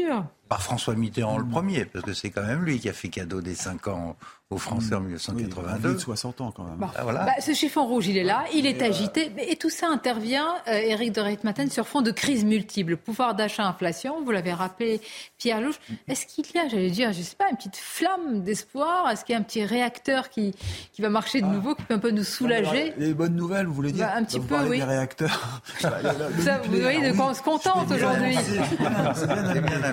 par François Mitterrand mmh. le premier, parce que c'est quand même lui qui a fait cadeau des cinq ans aux Français mmh. en dix-neuf cent quatre-vingt-deux. Oui, soixante ans quand même. Bah, ah, voilà. bah, ce chiffon rouge, il est là, il est agité. Et tout ça intervient, euh, Éric de Ritmaten, sur fond de crise multiple. Pouvoir d'achat, inflation, vous l'avez rappelé, Pierre Lelouch. Est-ce qu'il y a, j'allais dire, je ne sais pas, une petite flamme d'espoir? Est-ce qu'il y a un petit réacteur qui, qui va marcher de ah. nouveau, qui peut un peu nous soulager? Les bonnes nouvelles, vous voulez dire? bah, Un petit peu, oui. Des réacteurs. Ça, vous voyez de quoi on se contente aujourd'hui. Vous allez me faire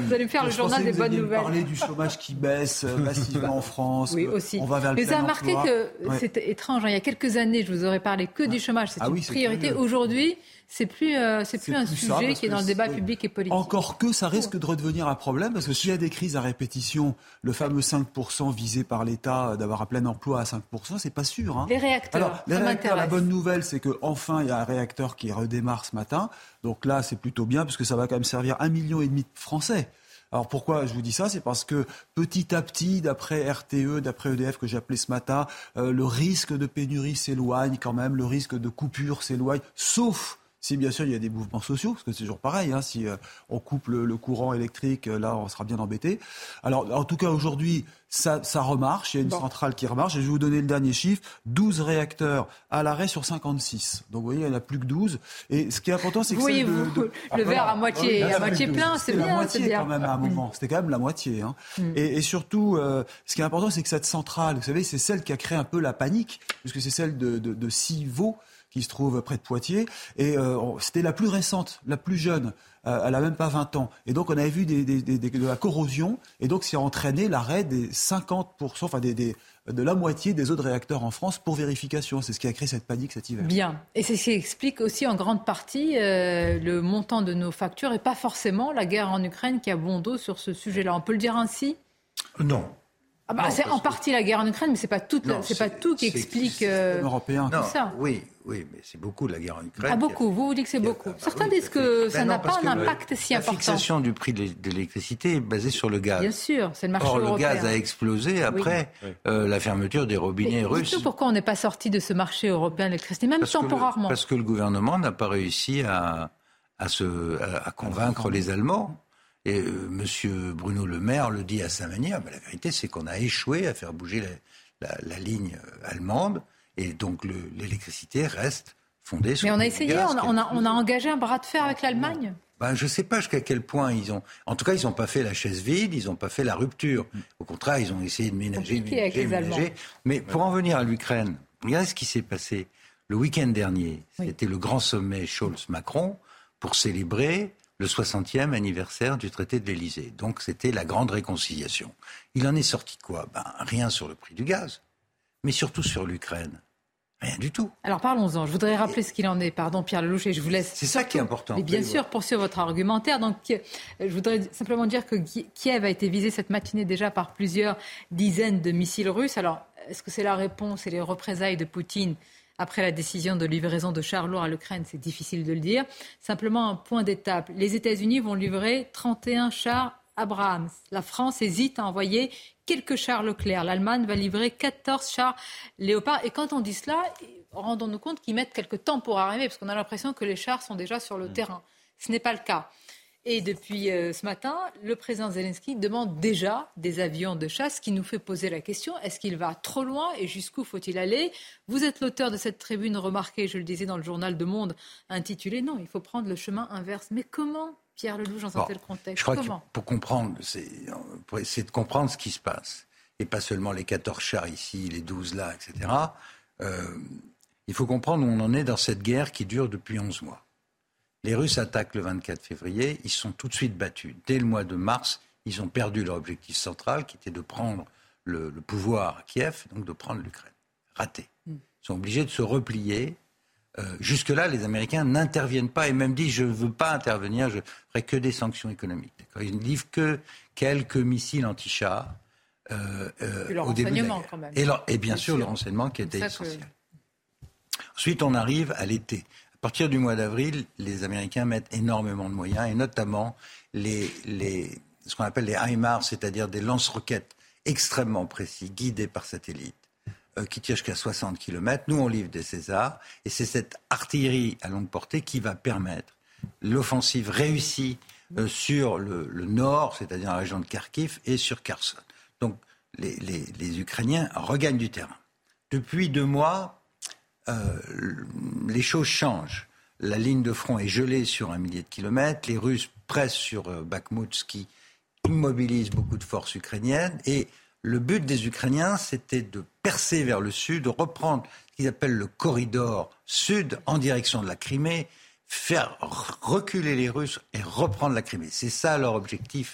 le journal des bonnes nouvelles. Parler du chômage qui baisse massivement en France. Oui, aussi. On va vers le Mais vous avez remarqué que ouais. c'était étrange. Hein. Il y a quelques années, je vous aurais parlé que du chômage. C'est ah une oui, priorité. C'est Aujourd'hui, c'est plus, euh, c'est plus c'est un plus sujet ça, qui est dans le débat oui. public et politique. Encore que ça risque de redevenir un problème, parce que s'il y a des crises à répétition, le fameux cinq pour cent visé par l'État d'avoir un plein emploi à cinq pour cent, c'est pas sûr. Hein. Les réacteurs, Alors, les ça réacteurs, la m'intéresse. bonne nouvelle, c'est qu'enfin, il y a un réacteur qui redémarre ce matin. Donc là, c'est plutôt bien, parce que ça va quand même servir un million et demi de Français. Alors pourquoi je vous dis ça ? C'est parce que petit à petit, d'après R T E, d'après E D F que j'ai appelé ce matin, euh, le risque de pénurie s'éloigne quand même, le risque de coupure s'éloigne, sauf si bien sûr il y a des mouvements sociaux, parce que c'est toujours pareil, hein, si euh, on coupe le, le courant électrique, euh, là on sera bien embêté. Alors en tout cas aujourd'hui, ça, ça remarche, il y a une bon. centrale qui remarche, et je vais vous donner le dernier chiffre, douze réacteurs à l'arrêt sur cinquante-six. Donc vous voyez, il n'y en a plus que douze. Et ce qui est important, c'est que oui, c'est vous, de, de... le ah, verre voilà. à moitié, oui, à moitié plein, c'est bien, la moitié c'est bien. Quand même à un moment. C'était quand même la moitié. Hein. Mm. Et, et surtout, euh, ce qui est important, c'est que cette centrale, vous savez, c'est celle qui a créé un peu la panique, puisque c'est celle de, de, de Civaux, qui se trouve près de Poitiers, et euh, c'était la plus récente, la plus jeune, euh, elle n'a même pas vingt ans. Et donc on avait vu des, des, des, des, de la corrosion, et donc ça a entraîné l'arrêt des cinquante pour cent, enfin des, des, de la moitié des autres réacteurs en France pour vérification. C'est ce qui a créé cette panique cet hiver. Bien. Et c'est ce qui explique aussi en grande partie euh, le montant de nos factures, et pas forcément la guerre en Ukraine qui a bon dos sur ce sujet-là. On peut le dire ainsi ? Non. Ah bah, non, c'est en partie la guerre en Ukraine, mais c'est pas tout, non, c'est, c'est pas tout qui explique euh, européen. tout non, ça. Oui, oui, mais c'est beaucoup la guerre en Ukraine. Ah beaucoup. Vous vous dites que c'est beaucoup. A... Certains oui, disent que ben ça non, n'a pas un impact le, si la important. La fixation du prix de l'électricité est basée sur le gaz. Bien sûr, c'est le marché Or, européen. le gaz a explosé après oui. euh, la fermeture des robinets mais russes. Dites-nous pourquoi on n'est pas sorti de ce marché européen de l'électricité, même parce temporairement. Que le, parce que le gouvernement n'a pas réussi à, à, se, à, à convaincre les Allemands. Et euh, M. Bruno Le Maire le dit à sa manière. Mais la vérité, c'est qu'on a échoué à faire bouger la, la, la ligne allemande. Et donc, le, l'électricité reste fondée sur. Mais on a le essayé, gaz, on a, on, a, on a engagé un bras de fer avec l'Allemagne. Ben, je ne sais pas jusqu'à quel point ils ont... En tout cas, ils n'ont pas fait la chaise vide, ils n'ont pas fait la rupture. Au contraire, ils ont essayé de ménager, ménager, ménager. Mais pour en venir à l'Ukraine, regardez ce qui s'est passé le week-end dernier. Oui. C'était le grand sommet Scholz-Macron pour célébrer le soixantième anniversaire du traité de l'Élysée. Donc, c'était la grande réconciliation. Il en est sorti quoi ? Ben, rien sur le prix du gaz, mais surtout sur l'Ukraine. Rien du tout. Alors parlons-en. Je voudrais rappeler ce qu'il en est. Pardon, Pierre Lelouch, et je vous laisse. C'est ça qui est important. Mais bien oui, sûr, voilà. poursuivre votre argumentaire. Donc, je voudrais simplement dire que Kiev a été visé cette matinée déjà par plusieurs dizaines de missiles russes. Alors, est-ce que c'est la réponse et les représailles de Poutine après la décision de livraison de chars lourds à l'Ukraine? C'est difficile de le dire. Simplement un point d'étape. Les États-Unis vont livrer trente et un chars Abrams. La France hésite à envoyer quelques chars Leclerc. L'Allemagne va livrer quatorze chars Léopard. Et quand on dit cela, rendons-nous compte qu'ils mettent quelques temps pour arriver, parce qu'on a l'impression que les chars sont déjà sur le mmh. terrain. Ce n'est pas le cas. Et depuis euh, ce matin, le président Zelensky demande déjà des avions de chasse, ce qui nous fait poser la question, est-ce qu'il va trop loin et jusqu'où faut-il aller ? Vous êtes l'auteur de cette tribune remarquée, je le disais dans le journal de Monde, intitulée « Non, il faut prendre le chemin inverse ». Mais comment, Pierre Lelouch, dans bon, un tel contexte ? Je crois comment que pour comprendre, c'est, pour essayer de comprendre ce qui se passe, et pas seulement les quatorze chars ici, les douze là, et cetera, euh, il faut comprendre où on en est dans cette guerre qui dure depuis onze mois. Les Russes attaquent le vingt-quatre février, ils sont tout de suite battus. Dès le mois de mars, ils ont perdu leur objectif central, qui était de prendre le, le pouvoir à Kiev, donc de prendre l'Ukraine. Raté. Mm. Ils sont obligés de se replier. Euh, jusque-là, les Américains n'interviennent pas et même disent « je ne veux pas intervenir, je ne ferai que des sanctions économiques ». D'accord ? Ils ne livrent que quelques missiles anti-chars euh, euh, au début de la guerre. Quand même. Et, leur, et bien sûr, sûr, le renseignement qui était essentiel. Que... Ensuite, on arrive à l'été. À partir du mois d'avril, les Américains mettent énormément de moyens, et notamment les, les, ce qu'on appelle les HIMARS, c'est-à-dire des lance-roquettes extrêmement précis, guidés par satellite, euh, qui tirent jusqu'à soixante kilomètres. Nous, on livre des Césars, et c'est cette artillerie à longue portée qui va permettre l'offensive réussie euh, sur le, le nord, c'est-à-dire la région de Kharkiv, et sur Kherson. Donc, les, les, les Ukrainiens regagnent du terrain. Depuis deux mois... Euh, les choses changent. La ligne de front est gelée sur un millier de kilomètres. Les Russes pressent sur euh, Bakhmout, ce qui immobilise beaucoup de forces ukrainiennes. Et le but des Ukrainiens, c'était de percer vers le sud, de reprendre ce qu'ils appellent le corridor sud en direction de la Crimée, faire reculer les Russes et reprendre la Crimée. C'est ça leur objectif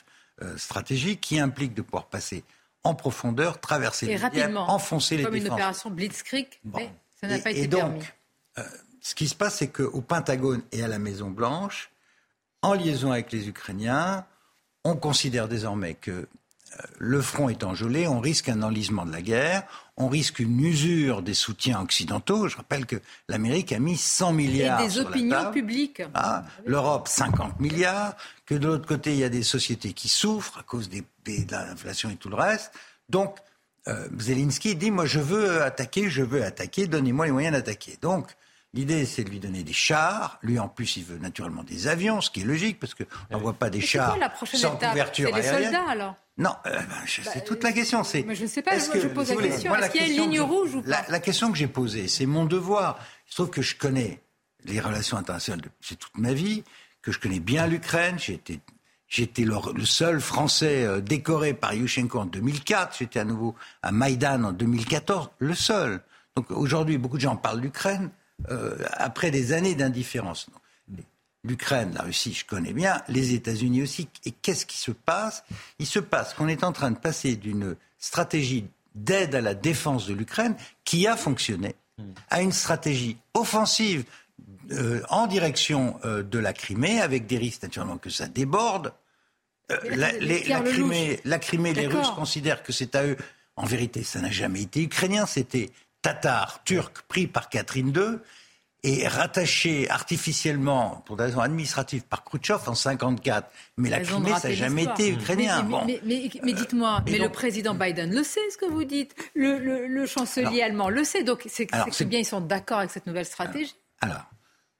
euh, stratégique qui implique de pouvoir passer en profondeur, traverser et les lignes, enfoncer les comme défenses. Comme une opération Blitzkrieg, bon. mais ça n'a et, pas été et donc, permis. Euh, ce qui se passe, c'est qu'au Pentagone et à la Maison-Blanche, en liaison avec les Ukrainiens, on considère désormais que euh, le front est engelé, on risque un enlisement de la guerre, on risque une usure des soutiens occidentaux. Je rappelle que l'Amérique a mis cent milliards et des sur opinions la table. publiques. Ah, l'Europe, cinquante milliards, que de l'autre côté, il y a des sociétés qui souffrent à cause des, des, de l'inflation et tout le reste. Donc, euh, Zelensky dit, moi je veux attaquer, je veux attaquer, donnez-moi les moyens d'attaquer. Donc, l'idée, c'est de lui donner des chars. Lui, en plus, il veut naturellement des avions, ce qui est logique, parce qu'on n'envoie pas des mais chars c'est quoi la prochaine sans étape couverture c'est les aérienne. soldats, alors Non, euh, ben, je, bah, c'est toute la question. C'est, mais je ne sais pas, est-ce moi, que, je pose la voulez, question. moi, Est-ce la qu'il y a une question ligne que, rouge ou pas la, la question que j'ai posée, c'est mon devoir. Je trouve que je connais les relations internationales depuis toute ma vie, que je connais bien l'Ukraine. J'ai été... J'étais le, le seul Français euh, décoré par Yushchenko en deux mille quatre. J'étais à nouveau à Maïdan en deux mille quatorze. Le seul. Donc aujourd'hui, beaucoup de gens parlent d'Ukraine euh, après des années d'indifférence. Non. L'Ukraine, la Russie, je connais bien. Les États-Unis aussi. Et qu'est-ce qui se passe ? Il se passe qu'on est en train de passer d'une stratégie d'aide à la défense de l'Ukraine qui a fonctionné à une stratégie offensive euh, en direction euh, de la Crimée, avec des risques naturellement que ça déborde. Euh, la, les, la, Crimée, la Crimée, les Russes considèrent que c'est à eux. En vérité, ça n'a jamais été ukrainien, c'était tatar, turc, pris par Catherine deux et rattaché artificiellement, pour des raisons administratives, par Khrouchtchev en cinquante-quatre. Mais la Crimée, ça n'a jamais été ukrainien. Mais, bon. mais, mais, mais, mais dites-moi, mais donc, le président Biden le sait, ce que vous dites. Le, le, le chancelier alors, allemand le sait. Donc c'est, alors, c'est, c'est bien, ils sont d'accord avec cette nouvelle stratégie. Alors, alors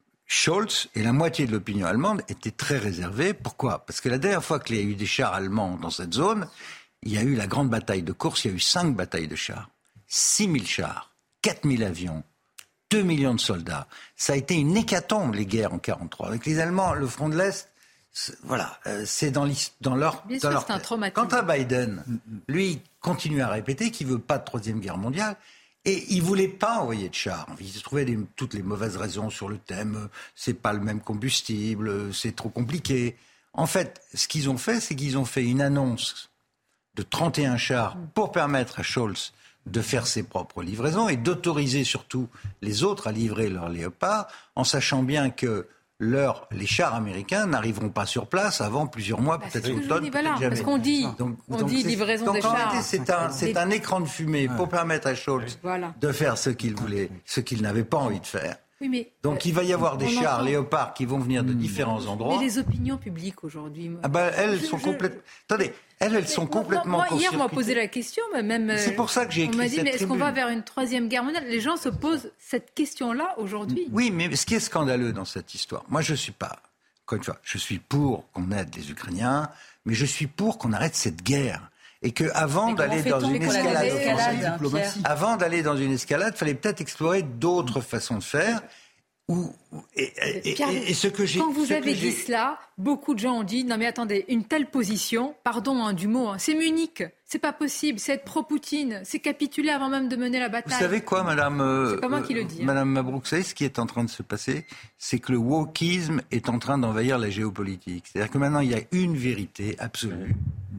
Scholz et la moitié de l'opinion allemande étaient très réservés. Pourquoi ? Parce que la dernière fois qu'il y a eu des chars allemands dans cette zone, il y a eu la grande bataille de course, il y a eu cinq batailles de chars. six mille chars, quatre mille avions, deux millions de soldats. Ça a été une hécatombe, les guerres en quarante-trois. Avec les Allemands, le front de l'Est, c'est, voilà, euh, c'est dans, dans leur... Bien dans sûr, leur c'est un traumatisme. Quant à Biden, lui, continue à répéter qu'il ne veut pas de Troisième Guerre mondiale. Et il ne voulait pas envoyer de chars. Il se trouvait des, toutes les mauvaises raisons sur le thème. C'est pas le même combustible, c'est trop compliqué. En fait, ce qu'ils ont fait, c'est qu'ils ont fait une annonce de trente et un chars pour permettre à Scholz de faire ses propres livraisons et d'autoriser surtout les autres à livrer leurs léopards, en sachant bien que leur, les chars américains n'arriveront pas sur place avant plusieurs mois, bah, peut-être automne, peut-être voilà, jamais. Parce qu'on dit, donc, on donc dit livraison donc des en chars. Réalité, c'est un, c'est des... un écran de fumée ouais. pour permettre à Scholz voilà. de faire ce qu'il voulait, ce qu'il n'avait pas envie de faire. Oui, mais, donc euh, il va y avoir des chars entend... léopards qui vont venir de différents mais endroits. Mais les opinions publiques aujourd'hui... Moi... Ah bah, elles je, sont je... complètement... Attendez, elles, elles sont complètement moi, hier, on m'a posé la question, mais même... C'est pour ça que j'ai écrit on m'a dit, cette mais est-ce tribune. qu'on va vers une troisième guerre mondiale ? Les gens se posent cette question-là aujourd'hui. Oui, mais ce qui est scandaleux dans cette histoire, moi je ne suis pas... Encore une fois, je suis pour qu'on aide les Ukrainiens, mais je suis pour qu'on arrête cette guerre. Et qu'avant d'aller dans une escalade, escalade avant d'aller dans une escalade, il fallait peut-être explorer d'autres façons de faire. Ou, et, et, Car, et, et ce que j'ai, quand vous ce avez que dit j'ai... cela, beaucoup de gens ont dit non mais attendez, une telle position, pardon hein, du mot, hein, c'est Munich, c'est pas possible, c'est être pro-Poutine, c'est capituler avant même de mener la bataille. Vous savez quoi, Madame euh, C'est pas moi qui le dis. Hein. Madame Mabrouk, vous savez ce qui est en train de se passer, c'est que le wokisme est en train d'envahir la géopolitique. C'est-à-dire que maintenant il y a une vérité absolue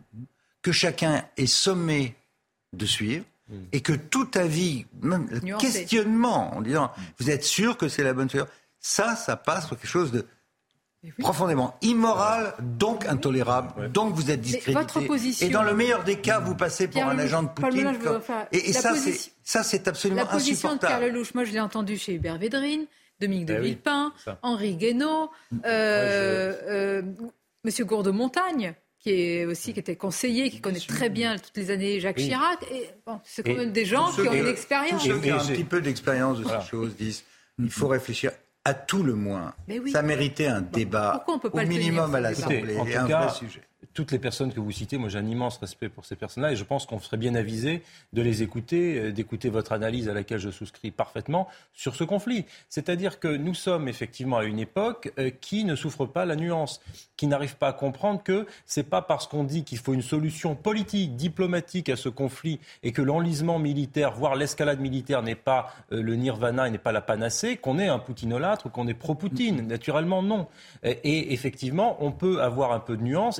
que chacun est sommé de suivre. Et que tout avis, même le Nuancé. questionnement, en disant vous êtes sûr que c'est la bonne chose, ça, ça passe pour quelque chose de oui. profondément immoral, donc intolérable, ouais. donc vous êtes discrédité. Position, et dans le meilleur des cas, vous passez pour Pierre un agent de Poutine. Lelouch, comme... faire... Et, et ça, c'est, ça, c'est absolument insupportable. La position insupportable. de Pierre Lelouch, moi, je l'ai entendu chez Hubert Védrine, Dominique de eh Villepin, oui, Henri Guénaud, euh, ouais, je... euh, Monsieur Gourde-Montagne. Qui est aussi qui était conseiller, qui connaît très bien toutes les années Jacques oui. Chirac. Et bon, c'est quand et même des gens qui ont une expérience. Tous ceux qui ont un petit peu d'expérience de voilà. ces choses disent il faut réfléchir à tout le moins. Oui. Ça méritait un débat Pourquoi on peut pas au minimum le à l'Assemblée en et tout un cas, vrai sujet. Toutes les personnes que vous citez, moi j'ai un immense respect pour ces personnes-là et je pense qu'on serait bien avisé de les écouter, d'écouter votre analyse à laquelle je souscris parfaitement sur ce conflit. C'est-à-dire que nous sommes effectivement à une époque qui ne souffre pas la nuance, qui n'arrive pas à comprendre que c'est pas parce qu'on dit qu'il faut une solution politique, diplomatique à ce conflit et que l'enlisement militaire, voire l'escalade militaire n'est pas le nirvana et n'est pas la panacée, qu'on est un poutinolâtre ou qu'on est pro-Poutine. Naturellement non. Et effectivement, on peut avoir un peu de nuance et dire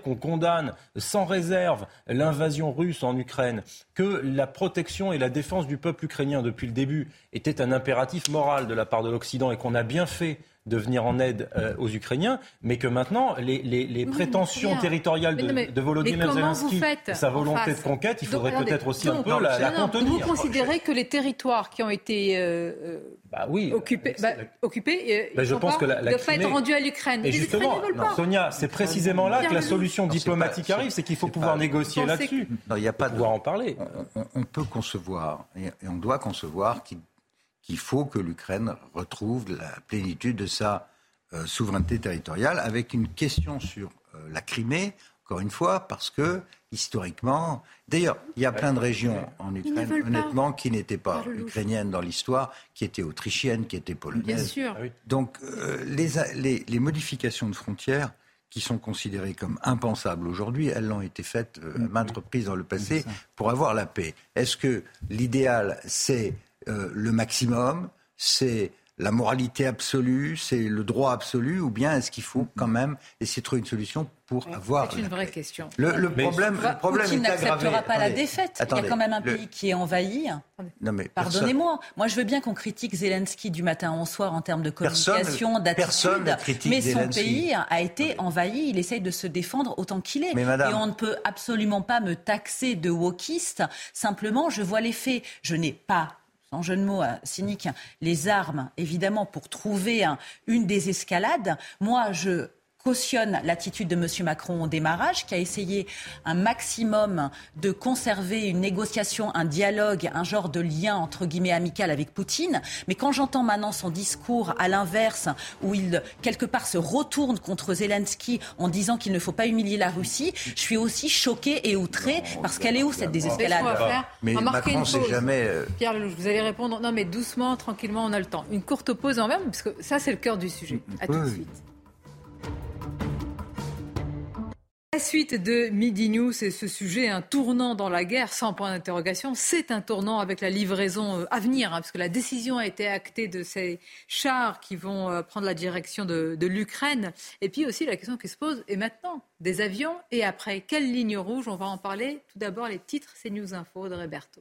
qu'on condamne sans réserve l'invasion russe en Ukraine, que la protection et la défense du peuple ukrainien depuis le début était un impératif moral de la part de l'Occident et qu'on a bien fait de venir en aide euh, aux Ukrainiens, mais que maintenant, les, les, les oui, prétentions territoriales de, non, mais, de Volodymyr Zelensky, sa volonté de conquête, il faudrait donc, peut-être aussi donc, un peu non, la, la non, contenir. Vous considérez que les territoires qui ont été euh, bah oui, occupés, bah, occupés bah, je pense que la, la ne doivent pas être rendus à l'Ukraine. Et justement, les non, Sonia, c'est précisément là que la solution diplomatique arrive, c'est qu'il faut pouvoir négocier là-dessus. Non, il n'y a pas de pouvoir en parler. On, on peut concevoir, et on doit concevoir qu'il qu'il faut que l'Ukraine retrouve la plénitude de sa euh, souveraineté territoriale, avec une question sur euh, la Crimée, encore une fois, parce que, historiquement... D'ailleurs, il y a plein de régions en Ukraine, honnêtement, qui n'étaient pas ukrainiennes dans l'histoire, qui étaient autrichiennes, qui étaient polonaises. Bien sûr. Donc, euh, les, les, les modifications de frontières qui sont considérées comme impensables aujourd'hui, elles l'ont été faites euh, à maintes reprises dans le passé pour avoir la paix. Est-ce que l'idéal, c'est... Euh, le maximum, c'est la moralité absolue, c'est le droit absolu, ou bien est-ce qu'il faut quand même essayer de trouver une solution pour oui, avoir... C'est une vraie question. Le, le problème, mais, le problème Poutine est aggravé. n'acceptera pas attendez, la défaite. Attendez, il y a quand même un le... pays qui est envahi. Non, mais Pardonnez-moi. Personne... Moi, je veux bien qu'on critique Zelensky du matin au soir en termes de communication, personne, d'attitude. Mais son Zelensky. pays a été envahi. Il essaye de se défendre autant qu'il est. Mais madame... Et on ne peut absolument pas me taxer de wokiste. Simplement, je vois les faits. Je n'ai pas... en jeu de mots euh, cynique, les armes, évidemment, pour trouver un, une désescalade. Moi, je cautionne l'attitude de M. Macron au démarrage, qui a essayé un maximum de conserver une négociation, un dialogue, un genre de lien, entre guillemets, amical avec Poutine. Mais quand j'entends maintenant son discours à l'inverse, où il, quelque part, se retourne contre Zelensky en disant qu'il ne faut pas humilier la Russie, je suis aussi choquée et outrée, parce qu'elle est où, cette désescalade ? Mais Macron, c'est jamais... Euh... Pierre Lelouch, vous allez répondre. Non, mais doucement, tranquillement, on a le temps. Une courte pause en même, parce que ça, c'est le cœur du sujet. À tout de suite. La suite de Midi News, c'est ce sujet, un tournant dans la guerre, sans point d'interrogation. C'est un tournant avec la livraison à venir, hein, parce que la décision a été actée de ces chars qui vont euh, prendre la direction de, de l'Ukraine. Et puis aussi la question qui se pose, et maintenant, des avions, et après, quelle ligne rouge ? On va en parler. Tout d'abord, les titres, c'est News Info de Roberto.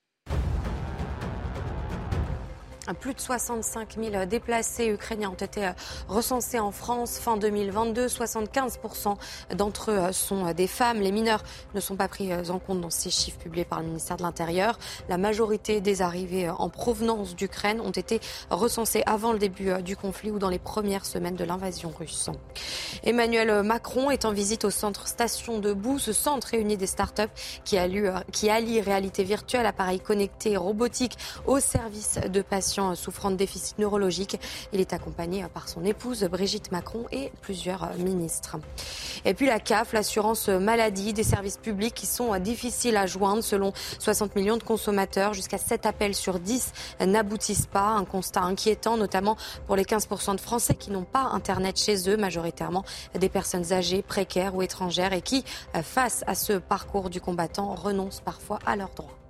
Plus de soixante-cinq mille déplacés ukrainiens ont été recensés en France fin deux mille vingt-deux. soixante-quinze pour cent d'entre eux sont des femmes. Les mineurs ne sont pas pris en compte dans ces chiffres publiés par le ministère de l'Intérieur. La majorité des arrivées en provenance d'Ukraine ont été recensées avant le début du conflit ou dans les premières semaines de l'invasion russe. Emmanuel Macron est en visite au centre Station Debout. Ce centre réunit des startups qui allient, qui allient réalité virtuelle, appareils connectés et robotiques au service de patients souffrant de déficit neurologique. Il est accompagné par son épouse Brigitte Macron et plusieurs ministres. Et puis la C A F, l'assurance maladie, des services publics qui sont difficiles à joindre. Selon soixante millions de consommateurs, jusqu'à sept appels sur dix n'aboutissent pas. Un constat inquiétant, notamment pour les quinze pour cent de Français qui n'ont pas Internet chez eux, majoritairement des personnes âgées, précaires ou étrangères et qui, face à ce parcours du combattant, renoncent parfois à leurs droits.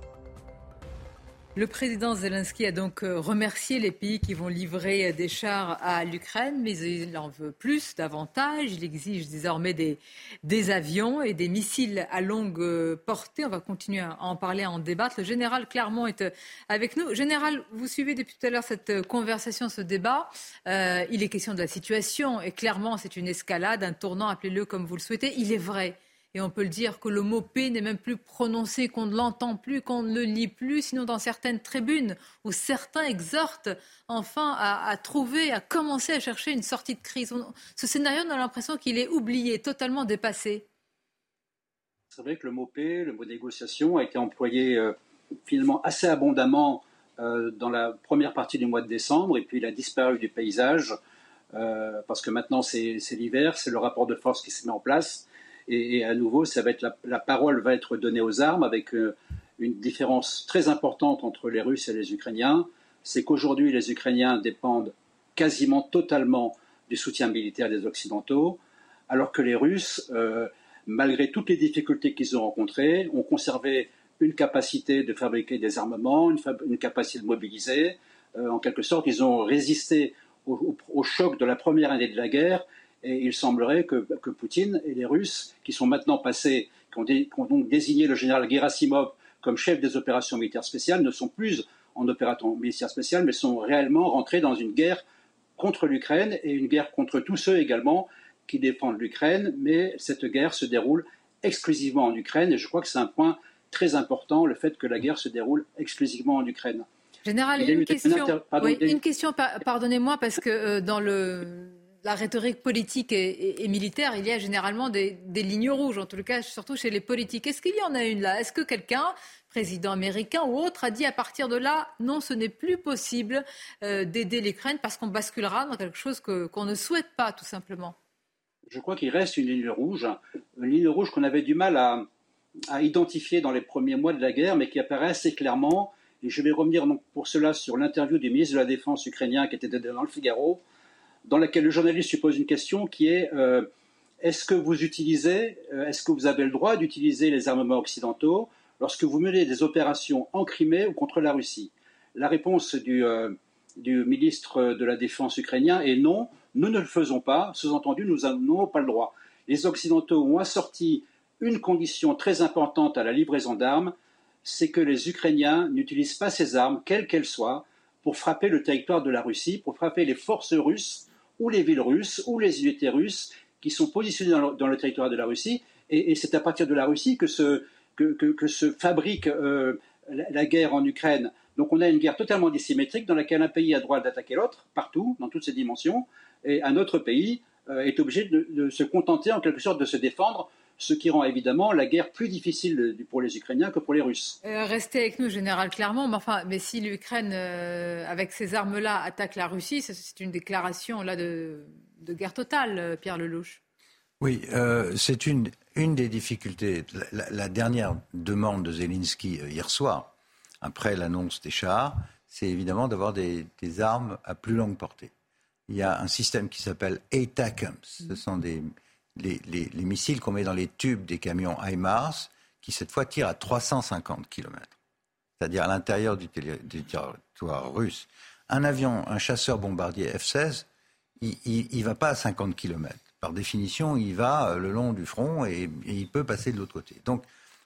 Le président Zelensky a donc remercié les pays qui vont livrer des chars à l'Ukraine, mais il en veut plus, davantage. Il exige désormais des, des avions et des missiles à longue portée. On va continuer à en parler, à en débattre. Le général Clermont est avec nous. Général, vous suivez depuis tout à l'heure cette conversation, ce débat. Euh, il est question de la situation et clairement c'est une escalade, un tournant, appelez-le comme vous le souhaitez. Il est vrai. Et on peut le dire que le mot paix n'est même plus prononcé, qu'on ne l'entend plus, qu'on ne le lit plus, sinon dans certaines tribunes où certains exhortent enfin à, à trouver, à commencer à chercher une sortie de crise. On, ce scénario, on a l'impression qu'il est oublié, totalement dépassé. C'est vrai que le mot paix, le mot négociation a été employé euh, finalement assez abondamment euh, dans la première partie du mois de décembre et puis il a disparu du paysage euh, parce que maintenant c'est, c'est l'hiver, c'est le rapport de force qui se met en place. Et, et à nouveau, ça va être la, la parole va être donnée aux armes avec euh, une différence très importante entre les Russes et les Ukrainiens. C'est qu'aujourd'hui, les Ukrainiens dépendent quasiment totalement du soutien militaire des Occidentaux, alors que les Russes, euh, malgré toutes les difficultés qu'ils ont rencontrées, ont conservé une capacité de fabriquer des armements, une, fab- une capacité de mobiliser. Euh, en quelque sorte, ils ont résisté au, au, au choc de la première année de la guerre Et il semblerait que, que Poutine et les Russes, qui sont maintenant passés, qui ont, dé, qui ont donc désigné le général Gerasimov comme chef des opérations militaires spéciales, ne sont plus en opération militaire spéciale, mais sont réellement rentrés dans une guerre contre l'Ukraine et une guerre contre tous ceux également qui défendent l'Ukraine. Mais cette guerre se déroule exclusivement en Ukraine et je crois que c'est un point très important, le fait que la guerre se déroule exclusivement en Ukraine. Général, une, une question, inter... Pardon, oui, des... une question, pardonnez-moi, parce que euh, dans le... la rhétorique politique et, et, et militaire, il y a généralement des, des lignes rouges, en tout cas, surtout chez les politiques. Est-ce qu'il y en a une là ? Est-ce que quelqu'un, président américain ou autre, a dit à partir de là, non, ce n'est plus possible euh, d'aider l'Ukraine parce qu'on basculera dans quelque chose que, qu'on ne souhaite pas, tout simplement ? Je crois qu'il reste une ligne rouge, une ligne rouge qu'on avait du mal à, à identifier dans les premiers mois de la guerre, mais qui apparaît assez clairement. Et je vais revenir donc pour cela sur l'interview du ministre de la Défense ukrainien qui était dans le Figaro, dans laquelle le journaliste lui pose une question qui est euh, est-ce que vous utilisez, euh, est-ce que vous avez le droit d'utiliser les armements occidentaux lorsque vous menez des opérations en Crimée ou contre la Russie ? La réponse du, euh, du ministre de la Défense ukrainien est non, nous ne le faisons pas, sous-entendu, nous n'avons pas le droit. Les Occidentaux ont assorti une condition très importante à la livraison d'armes, c'est que les Ukrainiens n'utilisent pas ces armes, quelles qu'elles soient, pour frapper le territoire de la Russie, pour frapper les forces russes, ou les villes russes, ou les unités russes qui sont positionnées dans le, dans le territoire de la Russie. Et, et c'est à partir de la Russie que se, que, que, que se fabrique euh, la, la guerre en Ukraine. Donc on a une guerre totalement dissymétrique dans laquelle un pays a droit d'attaquer l'autre, partout, dans toutes ses dimensions, et un autre pays euh, est obligé de, de se contenter en quelque sorte de se défendre, ce qui rend évidemment la guerre plus difficile pour les Ukrainiens que pour les Russes. Euh, restez avec nous, Général Clermont. Mais, enfin, mais si l'Ukraine, euh, avec ces armes-là, attaque la Russie, c'est, c'est une déclaration là, de, de guerre totale, Pierre Lelouch. Oui, euh, c'est une, une des difficultés. La, la, la dernière demande de Zelensky euh, hier soir, après l'annonce des chars, c'est évidemment d'avoir des, des armes à plus longue portée. Il y a un système qui s'appelle ATACMS. Ce sont des... Les, les, les missiles qu'on met dans les tubes des camions HIMARS, qui cette fois tirent à trois cent cinquante kilomètres, c'est-à-dire à l'intérieur du, télé, du territoire russe. Un avion, un chasseur bombardier F seize, il ne va pas à cinquante kilomètres. Par définition, il va le long du front et, et il peut passer de l'autre côté. Donc,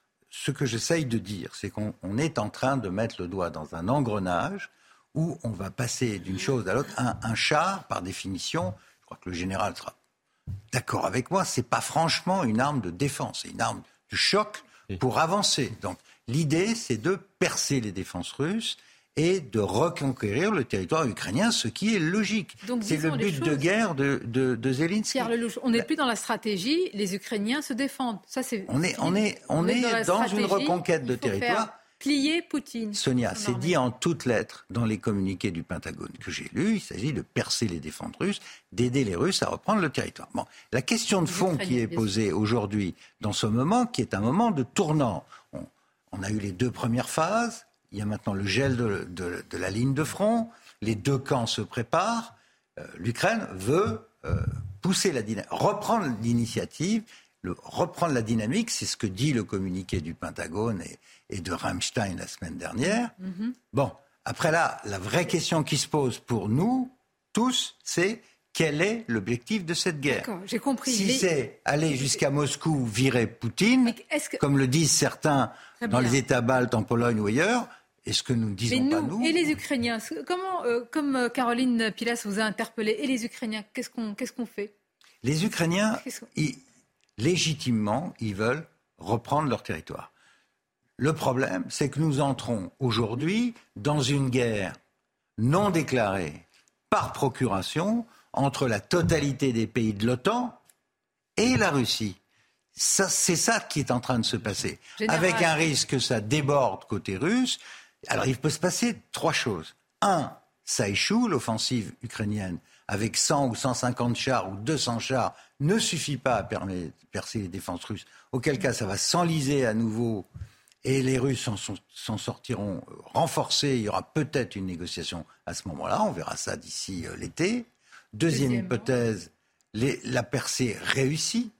ce que j'essaye de dire, c'est qu'on on est en train de mettre le doigt dans un engrenage où on va passer d'une chose à l'autre. Un, un char, par définition, je crois que le général sera d'accord avec moi, c'est pas franchement une arme de défense, c'est une arme de choc pour avancer. Donc l'idée, c'est de percer les défenses russes et de reconquérir le territoire ukrainien, ce qui est logique. Donc, c'est le but de guerre de, de, de Zelensky. Pierre Lelouch, on n'est plus dans la stratégie, les Ukrainiens se défendent. Ça, c'est, on est, on est, on, on est, est dans, dans une reconquête de territoire. Plier Poutine. Sonia, c'est dit en toutes lettres dans les communiqués du Pentagone que j'ai lus. Il s'agit de percer les défenses russes, d'aider les Russes à reprendre le territoire. Bon, la question de fond qui est posée aujourd'hui, dans ce moment, qui est un moment de tournant. On, on a eu les deux premières phases. Il y a maintenant le gel de, de, de la ligne de front. Les deux camps se préparent. Euh, L'Ukraine veut euh, pousser la dynamique, reprendre l'initiative. Le, reprendre la dynamique, c'est ce que dit le communiqué du Pentagone et, et de Rammstein la semaine dernière. Mm-hmm. Bon, après là, la vraie question qui se pose pour nous, tous, c'est quel est l'objectif de cette guerre ? D'accord, j'ai compris. Si les... c'est aller jusqu'à Moscou, virer Poutine, que... comme le disent certains dans les États baltes, en Pologne ou ailleurs, est-ce que nous ne disons nous, pas nous Et les Ukrainiens, comment, euh, comme Caroline Pilas vous a interpellé, et les Ukrainiens, qu'est-ce qu'on, qu'est-ce qu'on fait ? Les Ukrainiens... Ils... Légitimement, ils veulent reprendre leur territoire. Le problème, c'est que nous entrons aujourd'hui dans une guerre non déclarée par procuration entre la totalité des pays de l'OTAN et la Russie. Ça, c'est ça qui est en train de se passer. Général. Avec un risque que ça déborde côté russe. Alors, il peut se passer trois choses. Un, ça échoue, l'offensive ukrainienne, avec cent ou cent cinquante chars ou deux cents chars, ne suffit pas à permettre, percer les défenses russes. Auquel cas, ça va s'enliser à nouveau et les Russes s'en, s'en sortiront renforcés. Il y aura peut-être une négociation à ce moment-là. On verra ça d'ici euh, l'été. Deuxième hypothèse, les, la percée réussit.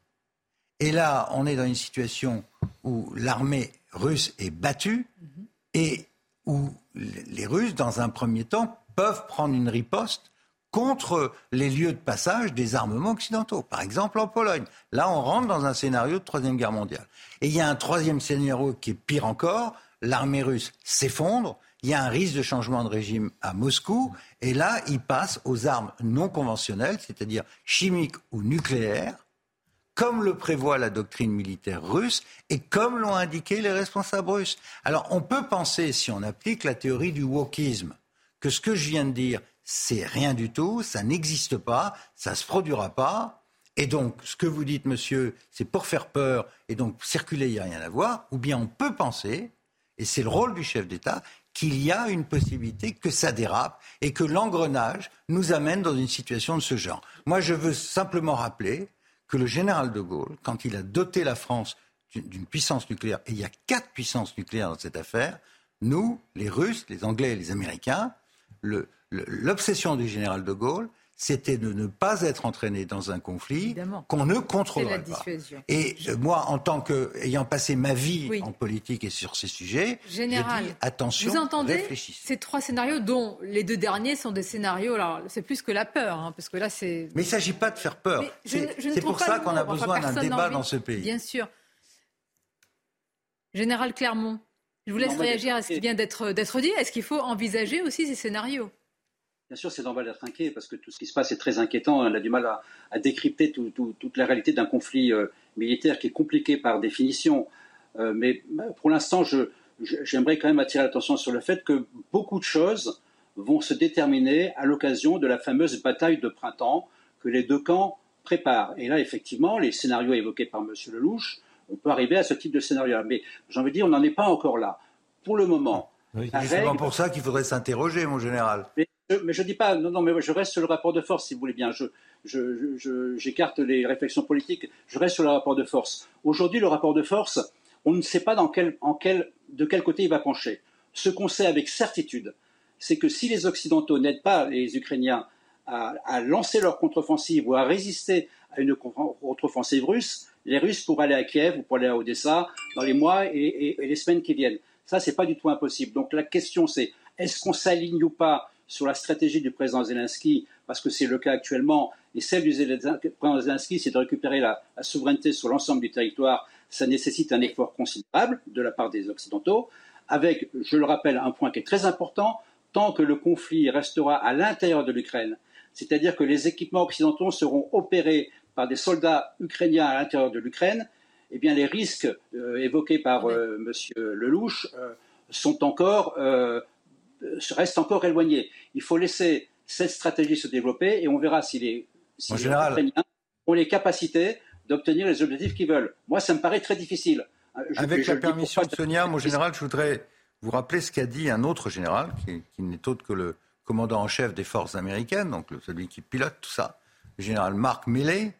Et là, on est dans une situation où l'armée russe est battue mm-hmm. et où les Russes, dans un premier temps, peuvent prendre une riposte contre les lieux de passage des armements occidentaux. Par exemple, en Pologne. Là, on rentre dans un scénario de Troisième Guerre mondiale. Et il y a un troisième scénario qui est pire encore. L'armée russe s'effondre. Il y a un risque de changement de régime à Moscou. Et là, il passe aux armes non conventionnelles, c'est-à-dire chimiques ou nucléaires, comme le prévoit la doctrine militaire russe et comme l'ont indiqué les responsables russes. Alors, on peut penser, si on applique la théorie du wokisme, que ce que je viens de dire, c'est rien du tout, ça n'existe pas, ça ne se produira pas. Et donc, ce que vous dites, monsieur, c'est pour faire peur, et donc circuler, il n'y a rien à voir. Ou bien on peut penser, et c'est le rôle du chef d'État, qu'il y a une possibilité que ça dérape et que l'engrenage nous amène dans une situation de ce genre. Moi, je veux simplement rappeler que le général de Gaulle, quand il a doté la France d'une puissance nucléaire, et il y a quatre puissances nucléaires dans cette affaire, nous, les Russes, les Anglais et les Américains, le, le, l'obsession du général de Gaulle, c'était de ne pas être entraîné dans un conflit Évidemment. qu'on ne contrôlerait pas. Et je... moi, en tant qu'ayant passé ma vie oui. en politique et sur ces sujets, Général, je dis attention, vous entendez réfléchissez. Ces trois scénarios, dont les deux derniers sont des scénarios, alors c'est plus que la peur, hein, parce que là c'est... Mais il ne s'agit pas de faire peur. Je, c'est je c'est pour ça qu'on a besoin enfin, d'un débat dans ce pays. Bien sûr. Général Clermont, je vous laisse non, réagir à ce qui vient d'être, d'être dit. Est-ce qu'il faut envisager aussi ces scénarios ? Bien sûr, c'est normal d'être inquiet parce que tout ce qui se passe est très inquiétant. On a du mal à, à décrypter tout, tout, toute la réalité d'un conflit euh, militaire qui est compliqué par définition. Euh, mais pour l'instant, je, je, j'aimerais quand même attirer l'attention sur le fait que beaucoup de choses vont se déterminer à l'occasion de la fameuse bataille de printemps que les deux camps préparent. Et là, effectivement, les scénarios évoqués par M. Lelouch, on peut arriver à ce type de scénario. Mais j'ai envie de dire, on n'en est pas encore là. Pour le moment. Oui, c'est règle... pour ça qu'il faudrait s'interroger, mon général. Mais, mais je ne dis pas, non, non, mais je reste sur le rapport de force, si vous voulez bien. Je, je, je, j'écarte les réflexions politiques, je reste sur le rapport de force. Aujourd'hui, le rapport de force, on ne sait pas dans quel, en quel, de quel côté il va pencher. Ce qu'on sait avec certitude, c'est que si les Occidentaux n'aident pas les Ukrainiens à, à lancer leur contre-offensive ou à résister à une contre-offensive russe, les Russes pourraient aller à Kiev ou pourraient aller à Odessa dans les mois et, et, et les semaines qui viennent. Ça, ce n'est pas du tout impossible. Donc la question, c'est est-ce qu'on s'aligne ou pas sur la stratégie du président Zelensky, parce que c'est le cas actuellement, et celle du président Zelensky, c'est de récupérer la, la souveraineté sur l'ensemble du territoire. Ça nécessite un effort considérable de la part des Occidentaux, avec, je le rappelle, un point qui est très important, tant que le conflit restera à l'intérieur de l'Ukraine, c'est-à-dire que les équipements occidentaux seront opérés par des soldats ukrainiens à l'intérieur de l'Ukraine, eh bien, les risques euh, évoqués par euh, M. Lelouch euh, sont encore, euh, restent encore éloignés. Il faut laisser cette stratégie se développer et on verra si les, si les Ukrainiens ont les capacités d'obtenir les objectifs qu'ils veulent. Moi, ça me paraît très difficile. Je, Avec je la permission de Sonia, mon général, je voudrais vous rappeler ce qu'a dit un autre général, qui, qui n'est autre que le commandant en chef des forces américaines, donc le, celui qui pilote tout ça, le général Mark Milley,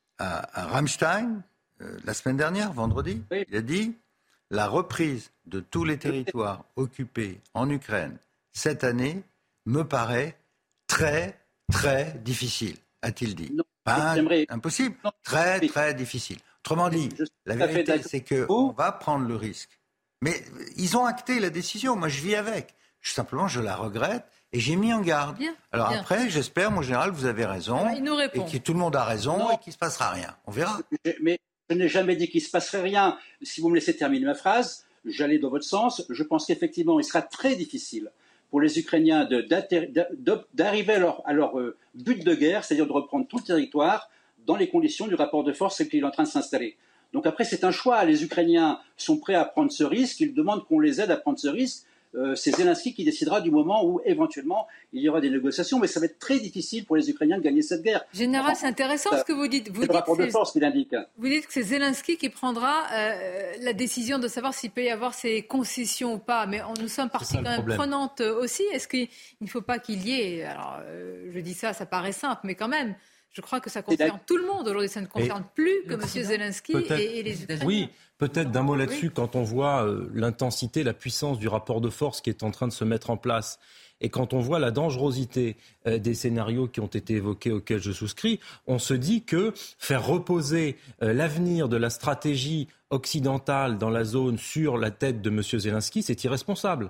à, à Ramstein, euh, la semaine dernière, vendredi. Oui. Il a dit « La reprise de tous les territoires occupés en Ukraine cette année me paraît très, très difficile », a-t-il dit. Non, Pas impossible, non, très, très difficile. Autrement dit, la vérité, c'est qu'on va prendre le risque. Mais ils ont acté la décision. Moi, je vis avec. Je, simplement, je la regrette et j'ai mis en garde. Bien, Alors bien. Après, j'espère, mon général, vous avez raison. Alors, il nous répond. Et que tout le monde a raison non. et qu'il ne se passera rien. On verra. Mais je n'ai jamais dit qu'il ne se passerait rien. Si vous me laissez terminer ma phrase, j'allais dans votre sens. Je pense qu'effectivement, il sera très difficile pour les Ukrainiens de, de, d'arriver à leur, à leur euh, but de guerre, c'est-à-dire de reprendre tout le territoire dans les conditions du rapport de force qui est en train de s'installer. Donc après, c'est un choix. Les Ukrainiens sont prêts à prendre ce risque. Ils demandent qu'on les aide à prendre ce risque. Euh, c'est Zelensky qui décidera du moment où, éventuellement, il y aura des négociations. Mais ça va être très difficile pour les Ukrainiens de gagner cette guerre. Général, enfin, c'est intéressant ce que vous dites. Vous c'est dites le rapport de force qui l'indique. Vous dites que c'est Zelensky qui prendra euh, la décision de savoir s'il peut y avoir ces concessions ou pas. Mais on, nous sommes partie quand même problème. prenante aussi. Est-ce qu'il ne faut pas qu'il y ait... Alors, euh, je dis ça, ça paraît simple, mais quand même... Je crois que ça concerne tout le monde aujourd'hui. Ça ne concerne et plus que M. Zelensky et, et les Ukrainiens. Oui, peut-être d'un mot là-dessus, oui. Quand on voit euh, l'intensité, la puissance du rapport de force qui est en train de se mettre en place, et quand on voit la dangerosité euh, des scénarios qui ont été évoqués, auxquels je souscris, on se dit que faire reposer euh, l'avenir de la stratégie occidentale dans la zone sur la tête de M. Zelensky, c'est irresponsable.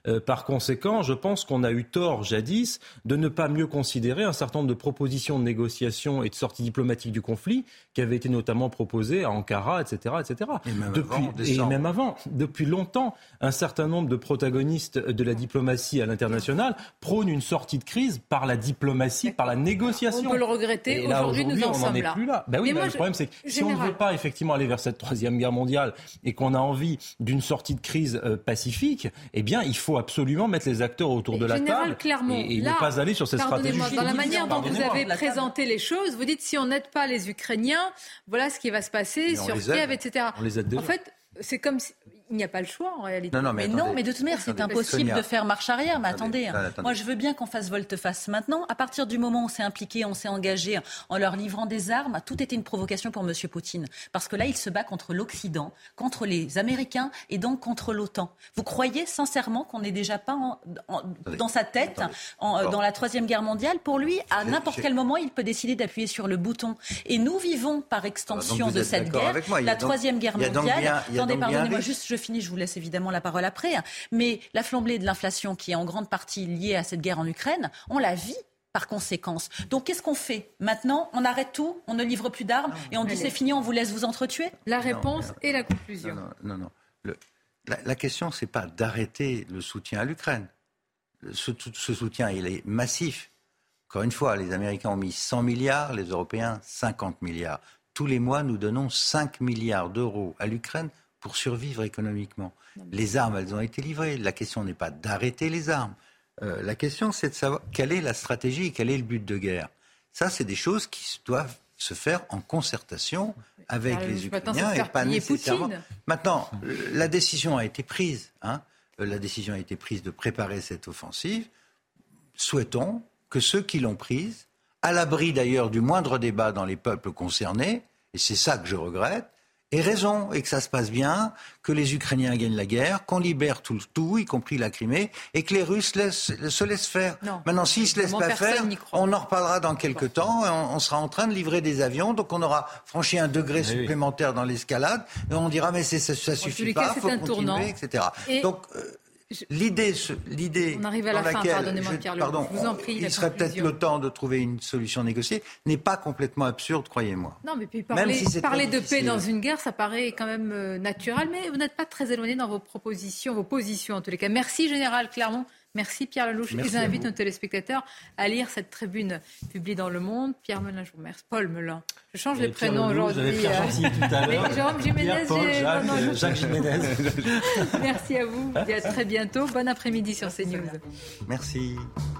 Euh, par conséquent, je pense qu'on a eu tort jadis de ne pas mieux considérer un certain nombre de propositions de négociation et de sortie diplomatique du conflit qui avaient été notamment proposées à Ankara, et cetera, et cetera. Et même Depuis, avant, et même avant, depuis longtemps, un certain nombre de protagonistes de la diplomatie à l'international prônent une sortie de crise par la diplomatie, par la négociation. On peut le regretter. Et là, aujourd'hui, nous en on sommes n'en est là. plus là. Ben oui, mais moi, le problème, c'est que si général... on ne veut pas effectivement aller vers cette troisième guerre mondiale et qu'on a envie d'une sortie de crise euh, pacifique, eh bien, il faut absolument mettre les acteurs autour de la Général table Clermont, et, et là, ne pas aller sur cette stratégie. Dans la manière dont vous avez la présenté les choses, vous dites si on n'aide pas les Ukrainiens, voilà ce qui va se passer Mais sur Kiev, et cetera. On les aide déjà. En fait, c'est comme si... Il n'y a pas le choix en réalité. Non, non, mais, mais non, mais de toute manière, c'est impossible Sonia. de faire marche arrière. Mais attendez, attendez, attendez. moi je veux bien qu'on fasse volte-face maintenant. À partir du moment où on s'est impliqué, on s'est engagé en leur livrant des armes, tout était une provocation pour M. Poutine. Parce que là, il se bat contre l'Occident, contre les Américains et donc contre l'OTAN. Vous croyez sincèrement qu'on n'est déjà pas en, en, dans sa tête en, dans la Troisième Guerre mondiale? Pour lui, à n'importe quel moment, il peut décider d'appuyer sur le bouton. Et nous vivons par extension de cette guerre la Troisième Guerre mondiale. Attendez, pardonnez-moi juste, je finis, je vous laisse évidemment la parole après, mais la flambée de l'inflation qui est en grande partie liée à cette guerre en Ukraine, on la vit par conséquence. Donc qu'est-ce qu'on fait maintenant? On arrête tout, on ne livre plus d'armes et on dit c'est fini, on vous laisse vous entretuer? La réponse non, et la conclusion. Non, non, non. non. Le, la, la question, c'est pas d'arrêter le soutien à l'Ukraine. Ce, ce soutien, il est massif. Encore une fois, les Américains ont mis cent milliards, les Européens cinquante milliards. Tous les mois, nous donnons cinq milliards d'euros à l'Ukraine pour survivre économiquement. Les armes, elles ont été livrées. La question n'est pas d'arrêter les armes. Euh, la question, c'est de savoir quelle est la stratégie et quel est le but de guerre. Ça, c'est des choses qui doivent se faire en concertation avec Alors, les Ukrainiens et pas nécessairement. Poutine. Maintenant, la décision a été prise. Hein. La décision a été prise de préparer cette offensive. Souhaitons que ceux qui l'ont prise, à l'abri d'ailleurs du moindre débat dans les peuples concernés, et c'est ça que je regrette, aient raison et que ça se passe bien, que les Ukrainiens gagnent la guerre, qu'on libère tout, tout, y compris la Crimée, et que les Russes laissent, se laissent faire. Non. Maintenant, s'ils ne se laissent pas faire, on en reparlera dans quelques temps, et on, on sera en train de livrer des avions, donc on aura franchi un degré oui. supplémentaire dans l'escalade, et on dira mais c'est, ça ne suffit pas, il faut continuer, tournant. et cetera. Et donc, euh, L'idée, l'idée on arrive à la dans fin, pardonnez-moi je, Pierre, pardon, je vous en prie, il serait peut-être le temps de trouver une solution négociée, n'est pas complètement absurde, croyez-moi. Non, mais puis parler, si parler de paix dans une guerre, ça paraît quand même euh, naturel, mais vous n'êtes pas très éloigné dans vos propositions, vos positions en tous les cas. Merci Général Clermont. Merci Pierre Lelouch. Et j'invite nos téléspectateurs à lire cette tribune publiée dans Le Monde. Pierre Melun, je vous remercie. Paul Melun. Je change les prénoms aujourd'hui. Pierre Gentil tout à l'heure. Mais Jérôme Jiménez, Paul, Jacques, non, non, je... Jacques Jiménez. Merci à vous. Et à très bientôt. Bon après-midi sur CNews. Merci.